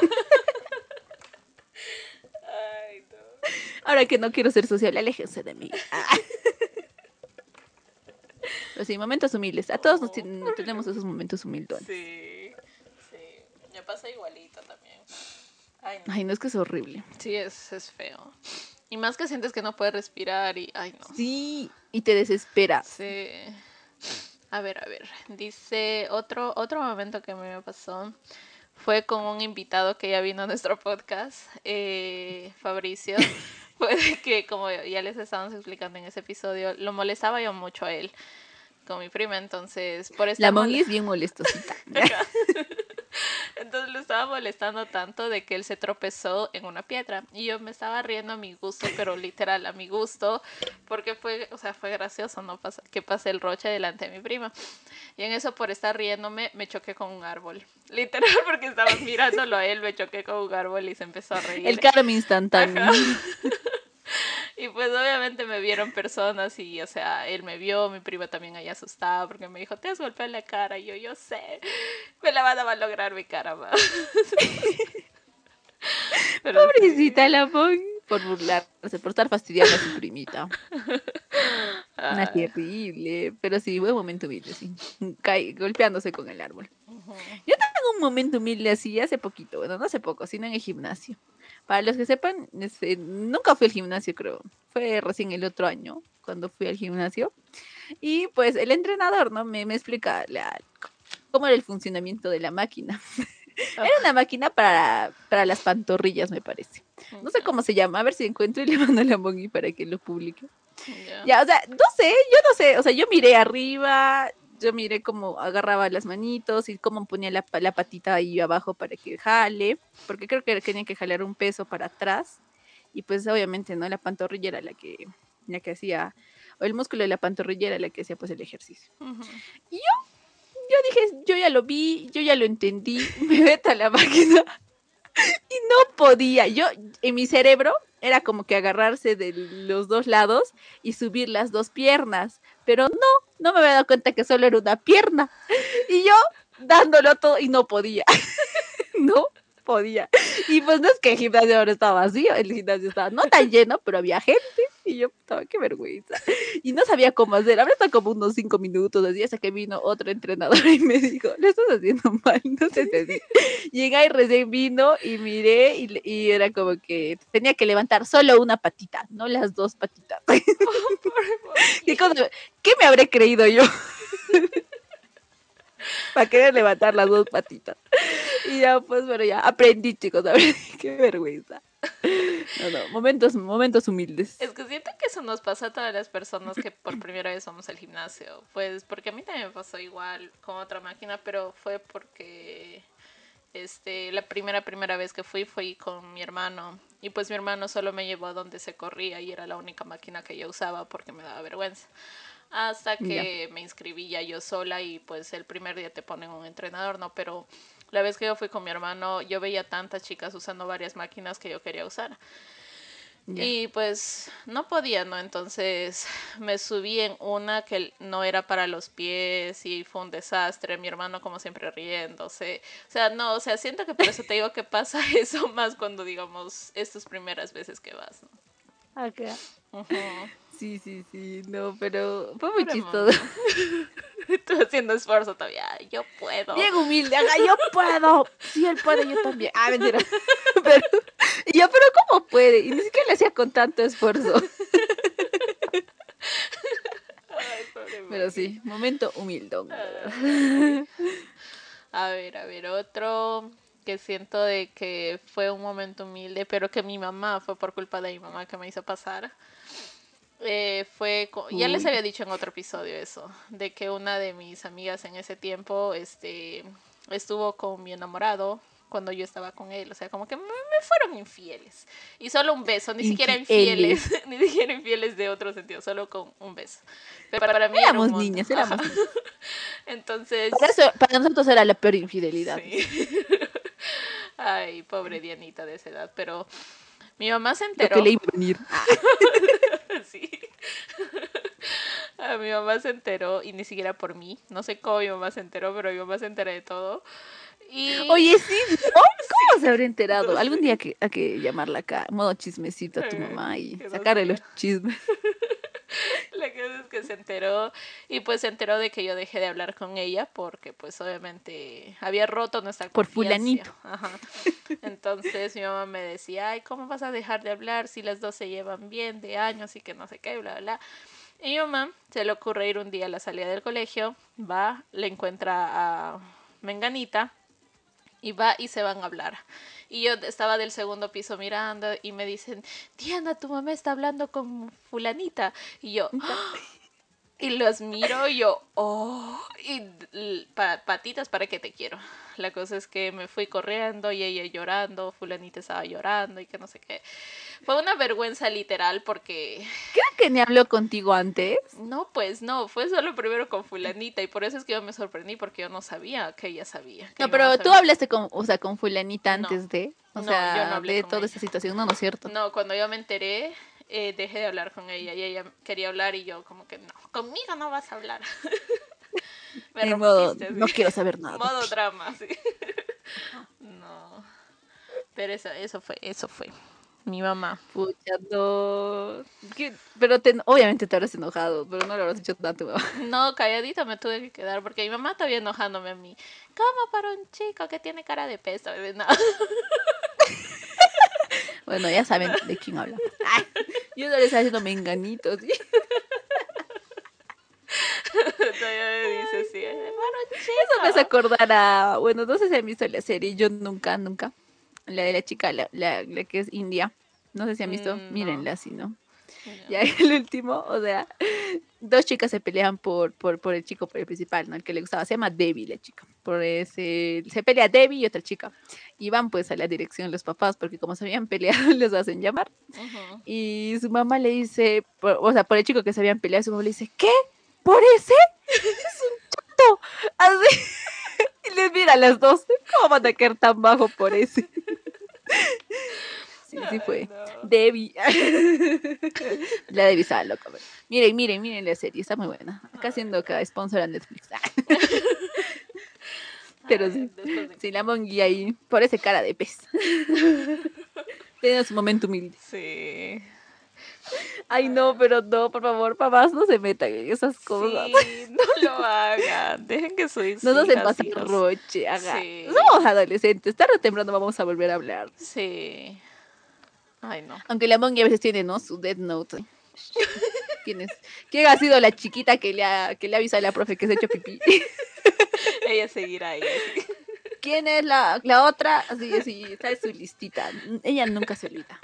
Ay, no. Ahora que no quiero ser sociable, aléjense de mí. Pero sí, momentos humildes. A todos nos, nos tenemos esos momentos humildes. Sí, sí. Me pasa igualito también. Ay no. Ay, no, es que es horrible. Sí, es, es feo. Y más que sientes que no puedes respirar y... Ay, no. Sí, y te desesperas. Sí. A ver, a ver. Dice, otro, otro momento que me pasó fue con un invitado que ya vino a nuestro podcast, eh, Fabricio. Fue que, como ya les estábamos explicando en ese episodio, lo molestaba yo mucho a él con mi prima, entonces por La Moni es bien molestosita. Entonces lo estaba molestando tanto de que él se tropezó en una piedra y yo me estaba riendo a mi gusto, pero literal a mi gusto, porque fue, o sea, fue gracioso, ¿no? Pasa, que pasé el roche delante de mi prima. Y en eso, por estar riéndome, me choqué con un árbol. Literal, porque estaba mirándolo a él, me choqué con un árbol y se empezó a reír. El karma instantáneo. Y pues obviamente me vieron personas y, o sea, él me vio, mi prima también ahí asustada porque me dijo, te has golpeado la cara. Y yo, yo sé, me la van a malograr mi cara más. Pero pobrecita sí. La Mon, por burlarse, por estar fastidiando a su primita. Una terrible, pero sí, buen momento humilde, sí. Cae, golpeándose con el árbol. Uh-huh. Yo tengo un momento humilde así hace poquito, bueno, no hace poco, sino en el gimnasio. Para los que sepan, este, nunca fui al gimnasio, creo. Fue recién el otro año cuando fui al gimnasio. Y pues el entrenador, ¿no? Me, me explica la, cómo era el funcionamiento de la máquina. Era una máquina para, para las pantorrillas, me parece. No sé cómo se llama, a ver si encuentro y le mando a la Moni para que lo publique. Yeah. Ya, o sea, no sé, yo no sé, o sea, yo miré arriba, yo miré cómo agarraba las manitos y cómo ponía la, la patita ahí abajo para que jale, porque creo que tenía que jalar un peso para atrás, y pues obviamente, ¿no? La pantorrilla era la que, la que hacía, o el músculo de la pantorrilla era la que hacía pues el ejercicio. Uh-huh. Y yo, yo dije, yo ya lo vi, yo ya lo entendí, me meto a la máquina y no podía, yo, en mi cerebro, era como que agarrarse de los dos lados y subir las dos piernas. Pero no, no me había dado cuenta que solo era una pierna. Y yo dándolo todo y no podía. No podía. Y pues no es que el gimnasio ahora estaba vacío, el gimnasio estaba no tan lleno, pero había gente. Y yo, estaba, qué vergüenza. Y no sabía cómo hacer. Habrá estado como unos cinco minutos así, hasta que vino otro entrenador y me dijo, lo estás haciendo mal, no sé si. Llegué y recién vino y miré y, y era como que tenía que levantar solo una patita, no las dos patitas. ¿Qué, cosa, ¿Qué me habré creído yo? Para querer levantar las dos patitas. Y ya, pues, bueno, ya aprendí, chicos, a ver, qué vergüenza. No, no, momentos, momentos humildes. Es que siento que eso nos pasa a todas las personas que por primera vez vamos al gimnasio. Pues, porque a mí también me pasó igual con otra máquina, pero fue porque este, la primera, primera vez que fui fui con mi hermano. Y pues mi hermano solo me llevó a donde se corría y era la única máquina que yo usaba porque me daba vergüenza. Hasta que yeah. me inscribí ya yo sola y pues el primer día te ponen un entrenador, ¿no? Pero la vez que yo fui con mi hermano, yo veía tantas chicas usando varias máquinas que yo quería usar. Yeah. Y pues no podía, ¿no? Entonces me subí en una que no era para los pies y fue un desastre. Mi hermano como siempre riéndose. O sea, no, o sea, siento que por eso te digo que pasa eso más cuando, digamos, estas primeras veces que vas, ¿no? Ok. Uh-huh. Sí, sí, sí, no, pero fue muy chistoso. Tú haciendo esfuerzo todavía, yo puedo. Bien humilde, haga, yo puedo. Sí, él puede, yo también. Ah, mentira. Pero, y yo, pero ¿cómo puede? Y ni siquiera le hacía con tanto esfuerzo. Ay, pobre pero sí, momento humildón. Ay. A ver, a ver, otro que siento de que fue un momento humilde, pero que mi mamá, fue por culpa de mi mamá que me hizo pasar. Eh, fue, ya les había dicho en otro episodio eso, de que una de mis amigas en ese tiempo este, estuvo con mi enamorado cuando yo estaba con él, o sea, como que me, me fueron infieles. Y solo un beso, ni Infieles. siquiera infieles, ni siquiera infieles de otro sentido, solo con un beso. Pero para, para mí éramos era un niñas, éramos niñas. Entonces... Para, eso, para nosotros era la peor infidelidad. Sí. Ay, pobre Dianita de esa edad, pero... Mi mamá se Lo enteró. que le iba a venir. Sí. A mi mamá se enteró y ni siquiera por mí. No sé cómo mi mamá se enteró, pero mi mamá se enteró de todo. Y Oye, sí, ¿no? ¿Cómo sí, se habría enterado? no Algún sé. día hay que, hay que llamarla acá, modo chismecito a tu Eh, mamá y que no sacarle los sabía. chismes. La cosa es que se enteró y pues se enteró de que yo dejé de hablar con ella porque pues obviamente había roto nuestra Por confianza. fulanito. Ajá. Entonces mi mamá me decía, ay, ¿cómo vas a dejar de hablar si las dos se llevan bien de años y que no sé qué, bla, bla, bla? Y mi mamá se le ocurre ir un día a la salida del colegio, va, le encuentra a Menganita y va y se van a hablar. Y yo estaba del segundo piso mirando y me dicen, Diana, tu mamá está hablando con fulanita. Y yo, y los miro y yo, oh, y pa patitas, ¿para qué te quiero? La cosa es que me fui corriendo y ella llorando, fulanita estaba llorando y que no sé qué. Fue una vergüenza literal porque, Creo que ni habló contigo antes. no, pues no, fue solo primero con fulanita y por eso es que yo me sorprendí porque yo no sabía que ella sabía, que No, mi mamá pero tú sabía. hablaste con, o sea, con fulanita No, antes de, o no, yo no sea, hablé de con toda esta ella. situación. No, no es cierto. No, cuando yo me enteré, eh, dejé de hablar con ella y ella quería hablar y yo como que no, conmigo no vas a hablar. Me En modo, rompiste, no así. quiero saber nada de Modo ti. drama, sí. Ajá. No, pero eso, eso fue, eso fue. Mi mamá. Pucha, no. ¿Qué? Pero te, obviamente te habrás enojado, pero no lo habrás dicho tanto, mamá. No, calladita me tuve que quedar porque mi mamá estaba enojándome a mí. ¿Cómo para un chico que tiene cara de peso? No, Bueno, ya saben no. de quién hablamos. Ay, yo no les estaba haciendo menganitos. ¿Sí? Todavía me dice así, para un Eso me hace chico. acordar a, bueno, no sé si han visto la serie, yo nunca, nunca. La de la chica, la, la, la que es india. No sé si han visto, Mm, no, mírenla, si no. no. Ya el último, o sea, dos chicas se pelean por, por, por el chico, por el principal, ¿no? El que le gustaba, se llama Debbie, la chica. Por ese, se pelea Debbie y otra chica. Y van pues a la dirección los papás, porque como se habían peleado, les hacen llamar. Uh-huh. Y su mamá le dice, por- o sea, por el chico que se habían peleado, su mamá le dice, ¿qué? ¿Por ese? Es un chato. Así. Y les mira a las dos, ¿cómo van a caer tan bajo por ese? Sí, sí Ay, fue. no. Debbie. La Debbie estaba loca. Pero miren, miren, miren la serie, está muy buena. Acá Ay, haciendo no. acá sponsor a Netflix. Pero Ay, sí, después de... sí, la Mongi ahí, por ese cara de pez. Tiene su momento humilde. Sí. Ay, no, pero no, por favor, papás, no se metan en esas cosas. Sí, no lo hagan. Dejen que sus Nos hacen hijas, pasar hijos. roche, haga. Sí, Somos adolescentes, tarde o temprano vamos a volver a hablar. sí. Ay, no. Aunque la Mongi a veces tiene, ¿no? Su Death Note. ¿Quién es? ¿Quién ha sido la chiquita que le ha, que le avisa a la profe que se ha hecho pipí? Ella seguirá ahí así. ¿Quién es la, la otra? Así, así, está en su listita. Ella nunca se olvida.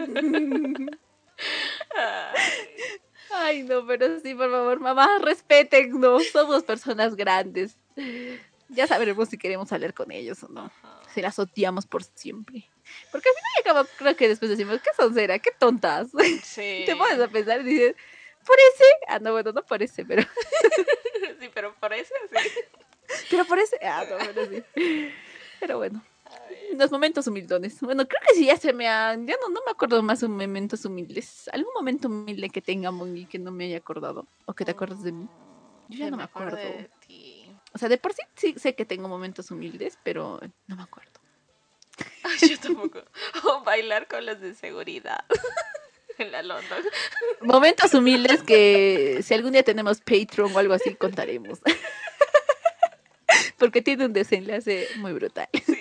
Ay, Ay, no, pero sí, por favor, mamá, respétennos. Somos personas grandes. Ya sabremos si queremos hablar con ellos o no. ajá. Se las odiamos por siempre. Porque al final y al cabo, creo que después decimos, qué soncera, qué tontas. Te pones Sí. a pensar y dices, ¿parece? Ah, no, bueno, no parece, pero, Sí, pero por eso sí. pero parece. Ah, no, bueno, sí. Pero bueno. Ay, Los momentos humildones. Bueno, creo que sí, ya se me han... Ya no, no me acuerdo más de momentos humildes. ¿Algún momento humilde que tenga Mongi que no me haya acordado? ¿O que te acuerdas de mí? mm, Yo ya que no me me acuerde acuerdo. de ti. O sea, de por sí sí sé que tengo momentos humildes, pero no me acuerdo. Ay, yo tampoco. O bailar con los de seguridad en la London. Momentos humildes que si algún día tenemos Patreon o algo así, contaremos. Porque tiene un desenlace muy brutal. Sí,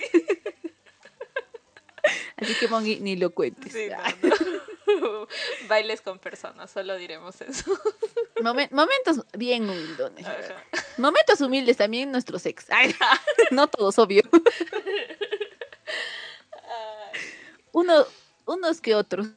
Así que, Mongi, ni lo cuentes. sí, no, no. Bailes con personas, solo diremos eso. Momen- momentos bien humildones, la verdad. Ajá. Momentos humildes también nuestros ex. Ay, no todos, obvio. Ay. Uno, unos que otros.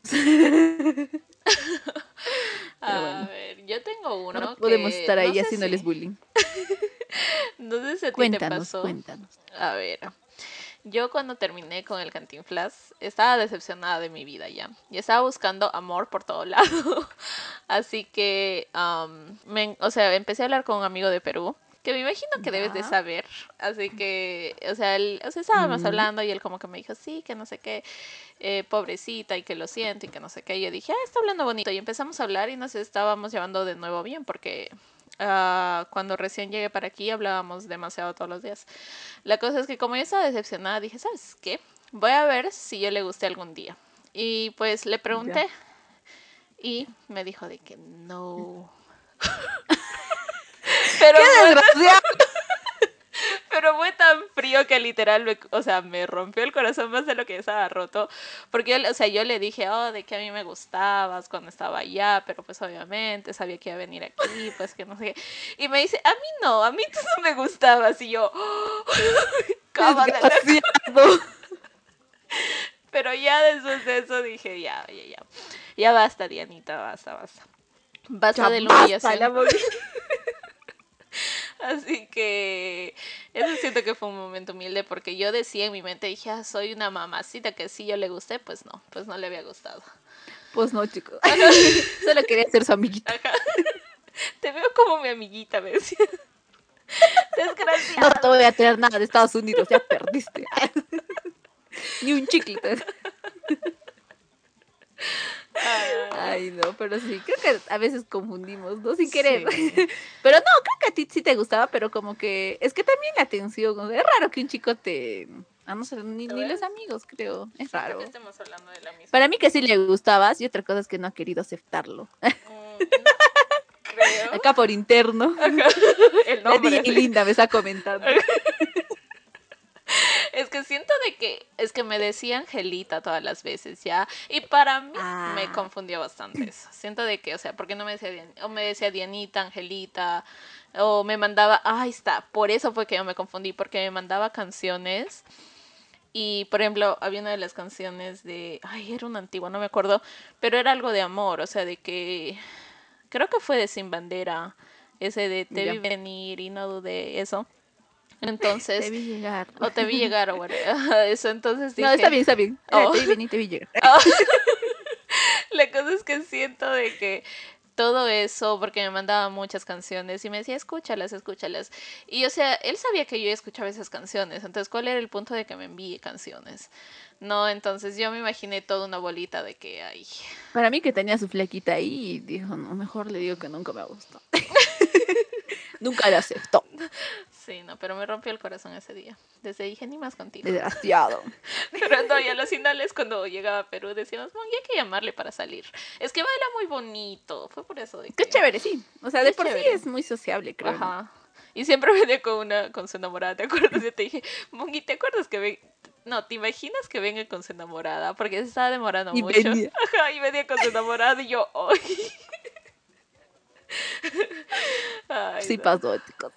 Pero A bueno, ver, yo tengo no uno podemos que estar no ahí sé haciéndoles si, bullying. no sé si a ti te Cuéntanos, pasó. cuéntanos. A ver, yo cuando terminé con el Cantinflas estaba decepcionada de mi vida ya. Y estaba buscando amor por todo lado. Así que, um, me, o sea, empecé a hablar con un amigo de Perú que me imagino que debes de Ya. saber. Así que, o sea, él, o sea, estábamos Mm, hablando y él como que me dijo, sí, que no sé qué, eh, pobrecita y que lo siento y que no sé qué. Y yo dije, ah, está hablando bonito. Y empezamos a hablar y nos estábamos llevando de nuevo bien porque ah, cuando recién llegué para aquí hablábamos demasiado todos los días. La cosa es que como yo estaba decepcionada, dije, ¿sabes qué? Voy a ver si yo le gusté algún día. Y pues le ya. pregunté y me dijo de que no. ¡Qué Pero fue, desgraciado! pero fue tan frío que literal, me, o sea, me rompió el corazón más de lo que ya estaba roto. Porque, yo, o sea, yo le dije, oh, de que a mí me gustabas cuando estaba allá, pero pues obviamente sabía que iba a venir aquí, pues que no sé qué. Y me dice, a mí no, a mí tú no me gustabas. Y yo, oh, cámara. ¡Desgraciado! Pero ya después de eso dije, ya, ya, ya. Ya basta, Dianita, basta, basta. Basta Ya de la basta, la humillación. monguita. Así que eso siento que fue un momento humilde porque yo decía en mi mente, dije, ah, soy una mamacita que si yo le gusté, pues no, pues no le había gustado. Pues no, chicos. Solo quería ser su amiguita. Ajá. Te veo como mi amiguita, me decía. No te Desgraciado. voy a traer nada de Estados Unidos, ya perdiste. Ni un chiclito. Ah, Ay, no, pero sí, creo que a veces confundimos, ¿no? Sin querer. sí. Pero no, creo que a ti sí te gustaba, pero como que es que también la atención, o sea, es raro que un chico te... Ah, no sé, ni, ¿Lo ni los ves? amigos, creo. Es Siento que raro. estemos hablando de la misma. Para mí que sí le gustabas y otra cosa es que no ha querido aceptarlo. Mm, no creo. Acá por interno. Ajá. El La nombre, D J sí. Linda me está comentando. Es que siento de que es que me decía Angelita todas las veces, ¿ya? Y para mí me Ah, confundió bastante eso. Siento de que, o sea, ¿por qué no me decía Dian- o me decía Dianita, Angelita, o me mandaba, ah, ahí está, por eso fue que yo me confundí, porque me mandaba canciones y, por ejemplo, había una de las canciones de, ay, era una antigua, no me acuerdo, pero era algo de amor, o sea, de que, creo que fue de Sin Bandera, ese de te vi ya. venir y no dudé, eso. Te Entonces, vi llegar. o te vi llegar o whatever. Eso, entonces No, está dije, bien, está bien. Era, oh, te vi venir, te vi llegar. oh. La cosa es que siento de que todo eso, porque me mandaba muchas canciones y me decía, escúchalas, escúchalas. Y o sea, él sabía que yo escuchaba esas canciones, entonces, ¿cuál era el punto de que me envíe canciones? No, entonces yo me imaginé toda una bolita de que, ay, Para mí que tenía su flequita ahí y dijo, no, mejor le digo que nunca me gustó. Nunca le aceptó. sí, no, pero me rompió el corazón ese día. Desde ahí dije, ni más contigo. Desgraciado. Pero no, y a los finales cuando llegaba a Perú decíamos, "Mon, hay que llamarle para salir. Es que baila muy bonito, fue por eso de Qué que... chévere, sí. O sea, de Es por sí chévere. es muy sociable, creo, ¿no? Ajá. Y siempre venía con una, con su enamorada, ¿te acuerdas? Yo te dije, Mongi, ¿te acuerdas que ven... No, ¿te imaginas que venga con su enamorada? Porque se estaba demorando Y mucho. venía. Ajá, y venía con su enamorada y yo, ¡ay! Ay, Sí no. pasó, chicos.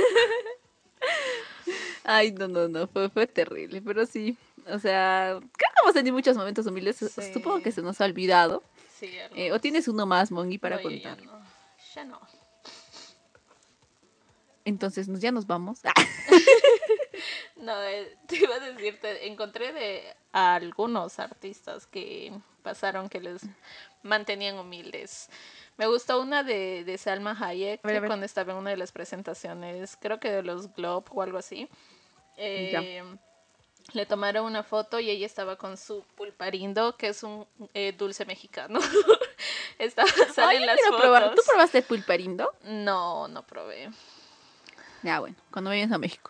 Ay, no, no, no, fue, fue terrible, pero sí. O sea, creo que hemos tenido muchos momentos humildes. su- Supongo que Sí, se nos ha olvidado. sí, Eh, o algunos. tienes uno más, Mongi, No, para yo ya contar. no. Ya no. Entonces, nos, ya nos vamos. No, eh, te iba a decir, te encontré de a algunos artistas que pasaron que les mantenían humildes. Me gustó una de, de Salma Hayek, A ver, a que ver. cuando estaba en una de las presentaciones, creo que de los Globe o algo así, Ya. eh, le tomaron una foto y ella estaba con su pulparindo, que es un eh, dulce mexicano. Estaba, Ay, salen yo las quiero probar. ¿Tú fotos. probaste el pulparindo? No, no probé. Ya, bueno, cuando vayas a México.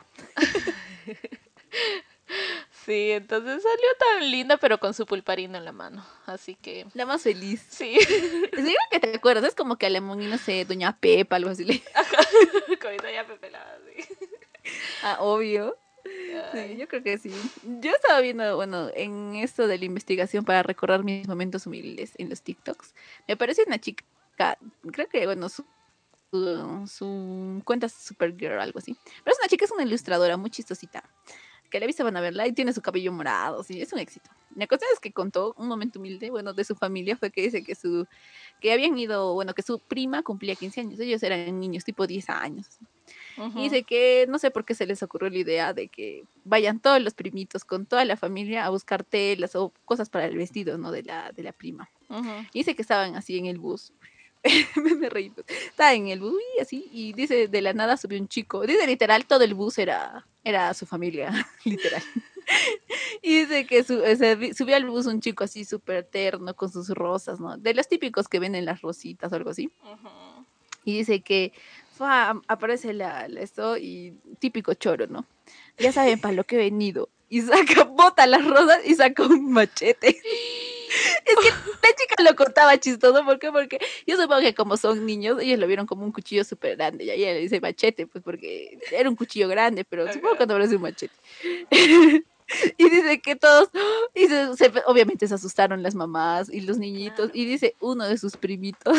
Sí, entonces salió tan linda, pero con su pulparindo en la mano. Así que, La más feliz. sí. Seguro que te acuerdas, es como que a la Mongi, no sé, Doña Pepa, algo así. le- Con ya pepelada, sí. Ah, obvio. Sí, Ay, yo creo que sí. Yo estaba viendo, bueno, en esto de la investigación para recordar mis momentos humildes en los TikToks, me aparece una chica, creo que, bueno, su, su, su cuenta es Supergirl, algo así. Pero es una chica, es una ilustradora muy chistosita, que la vista van a verla y tiene su cabello morado, sí, es un éxito. La cosa es que contó un momento humilde, bueno, de su familia, fue que dice que su, que habían ido, bueno, que su prima cumplía quince años, ellos eran niños, tipo diez años. Y ujú, dice que no sé por qué se les ocurrió la idea de que vayan todos los primitos con toda la familia a buscar telas o cosas para el vestido, ¿no? De la, de la prima. ujú. Y dice que estaban así en el bus. me, me reí. Pues. Estaba en el bus y así, y dice, de la nada subió un chico. Dice, literal, todo el bus era, era su familia, literal. Y dice que su, o sea, subió al bus un chico así súper terno, con sus rosas, ¿no? De los típicos que venden las rositas o algo así. Uh-huh. Y dice que fa, aparece la, la esto y típico choro, ¿no? Ya saben para lo que he venido. Y saca, bota las rosas y saca un machete. Es que la chica lo contaba chistoso, ¿por qué? Porque yo supongo que como son niños, ellos lo vieron como un cuchillo súper grande, y ella le dice machete, pues porque era un cuchillo grande, pero okay. Supongo que no parece un machete. Y dice que todos, y se, se, obviamente se asustaron las mamás y los niñitos, claro. Y dice uno de sus primitos,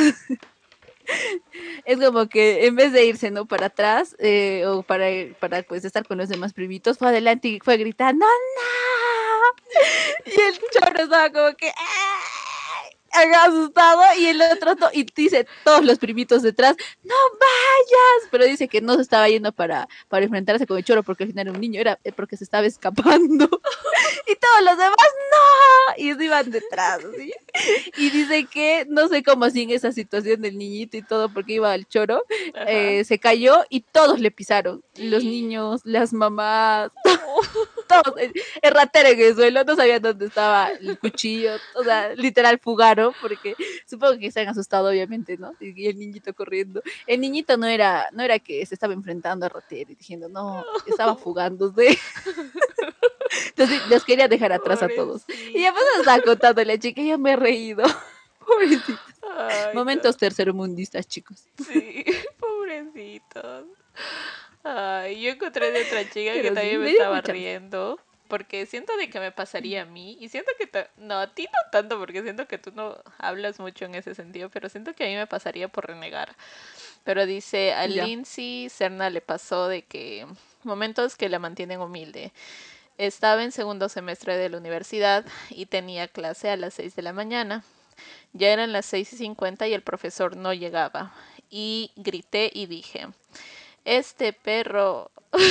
es como que en vez de irse, ¿no? Para atrás, eh, o para, para pues estar con los demás primitos, fue adelante y fue gritando, ¡no! Y el chorro estaba como que, asustado, y el otro, to- y dice todos los primitos detrás, no vayas, pero dice que no se estaba yendo para, para enfrentarse con el choro porque al final era un niño, era porque se estaba escapando, y todos los demás, no, y se iban detrás, ¿sí? Y dice que, no sé cómo así en esa situación del niñito y todo, porque iba al choro, eh, se cayó y todos le pisaron, los niños, las mamás, todos, el, el ratero en el suelo, no sabían dónde estaba el cuchillo, o sea, literal fugaron, porque supongo que se han asustado, obviamente, ¿no? Y, y el niñito corriendo. El niñito no era, no era que se estaba enfrentando al ratero y diciendo, no, estaba fugándose. Entonces los quería dejar atrás Pobrecito. A todos. Y ya pues estaba contando la chica y yo me he reído. Pobrecitos. Ay, momentos no. Tercermundistas, chicos. Sí, pobrecitos. Ay, yo encontré de otra chica Pero que sí, también me, me estaba riendo. Porque siento de que me pasaría a mí. Y siento que... Ta- no, a ti no tanto, porque siento que tú no hablas mucho en ese sentido. Pero siento que a mí me pasaría por renegar. Pero dice, a ya. Lindsay Serna le pasó de que... Momentos que la mantienen humilde. Estaba en segundo semestre de la universidad y tenía clase a las seis de la mañana. Ya eran las seis y cincuenta y el profesor no llegaba. Y grité y dije, este perro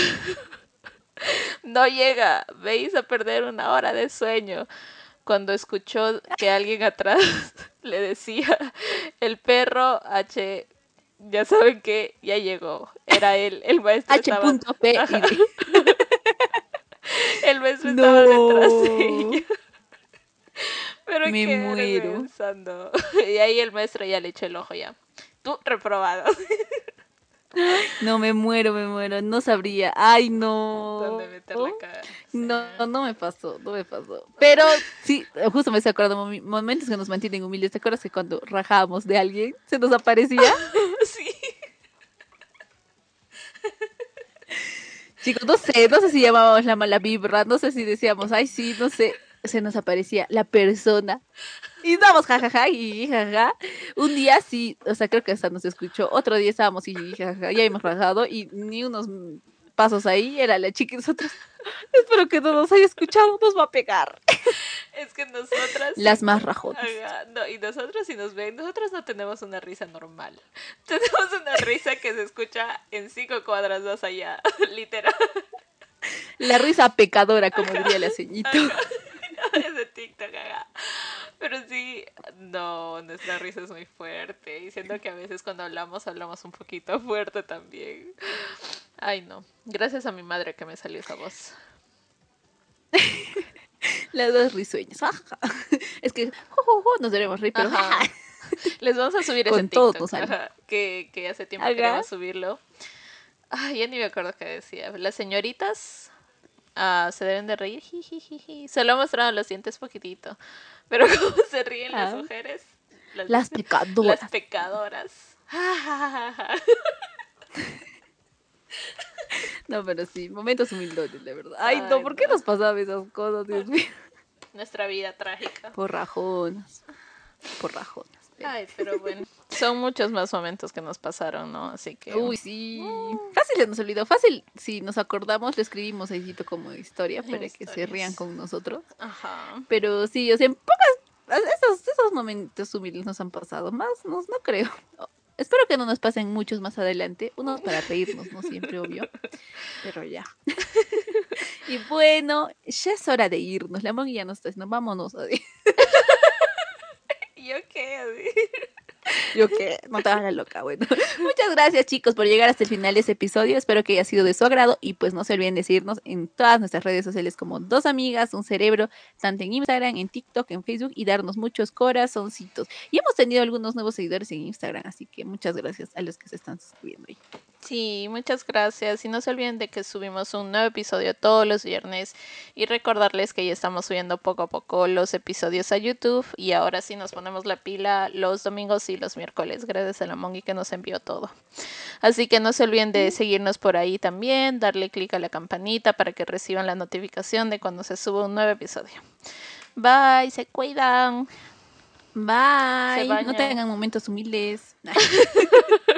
no llega, veis a perder una hora de sueño. Cuando escuchó que alguien atrás le decía, el perro H, ya saben que ya llegó. Era él, el maestro H. estaba... P. El maestro no. Estaba detrás de ella. Pero me qué muero. Pensando. Y ahí el maestro ya le echó el ojo ya. Tú reprobado. No, me muero, me muero. No sabría. Ay, no. ¿Dónde meter la cara? Sí. No, no me pasó, no me pasó. Pero sí, justo me estoy acordando de momentos que nos mantienen humildes. ¿Te acuerdas que cuando rajábamos de alguien se nos aparecía? Sí. Chicos, no sé, no sé si llamábamos la mala vibra, no sé si decíamos, ay, sí, no sé, se nos aparecía la persona. Y estábamos jajaja y jajaja. Un día sí, o sea, creo que hasta nos escuchó. Otro día estábamos y jajaja, ya hemos rajado y ni unos pasos ahí era la chica y nosotros. Espero que no nos haya escuchado, nos va a pegar. Es que nosotras... Las sí, más rajonas. No, y nosotros si nos ven, nosotros no tenemos una risa normal. Tenemos una risa que se escucha en cinco cuadras más allá, literal. La risa pecadora, como ajá, diría la ceñito. Es de TikTok, ajá. Pero sí, no, nuestra risa es muy fuerte. Y siento que a veces cuando hablamos, hablamos un poquito fuerte también. Ay, no. Gracias a mi madre que me salió esa voz. Las dos risueñas. Es que jo, jo, jo, nos debemos reír, pero les vamos a subir con ese TikTok todos, ajá, que, que hace tiempo ajá. Queremos subirlo. Ay, ya ni me acuerdo qué decía. Las señoritas uh, se deben de reír. Jijijiji. Se lo he mostrado los dientes poquitito. Pero cómo se ríen ah. las mujeres. Las, las pecadoras. Las pecadoras. No, pero sí, momentos humildones, la verdad. Ay, Ay no, ¿por no. qué nos pasaban esas cosas, Dios mío? Nuestra vida trágica. Por rajonas. Por rajonas. Pero. Ay, pero bueno. Son muchos más momentos que nos pasaron, ¿no? Así que... Uy, sí. Uh. Fácil se nos olvidó. Fácil, si nos acordamos, le escribimos ahí como historia para Historias. Que se rían con nosotros. Ajá. Pero sí, o sea, en pocas... Esos, esos momentos humildes nos han pasado. Más, no, no creo. Espero que no nos pasen muchos más adelante. Unos para reírnos, ¿no? Siempre, obvio. Pero ya. Y bueno, ya es hora de irnos. La Moni ya no está diciendo, vámonos. ¿Yo qué? Yo qué, no te hagas la loca, bueno. Muchas gracias, chicos, por llegar hasta el final de este episodio. Espero que haya sido de su agrado y pues no se olviden de seguirnos en todas nuestras redes sociales como Dos Amigas, Un Cerebro, tanto en Instagram, en TikTok, en Facebook y darnos muchos corazoncitos. Y hemos tenido algunos nuevos seguidores en Instagram, así que muchas gracias a los que se están suscribiendo ahí. Sí, muchas gracias. Y no se olviden de que subimos un nuevo episodio todos los viernes. Y recordarles que ya estamos subiendo poco a poco los episodios a YouTube. Y ahora sí nos ponemos la pila los domingos y los miércoles. Gracias a la Mongi que nos envió todo. Así que no se olviden de seguirnos por ahí también. Darle clic a la campanita para que reciban la notificación de cuando se suba un nuevo episodio. Bye, se cuidan. Bye. No tengan momentos humildes.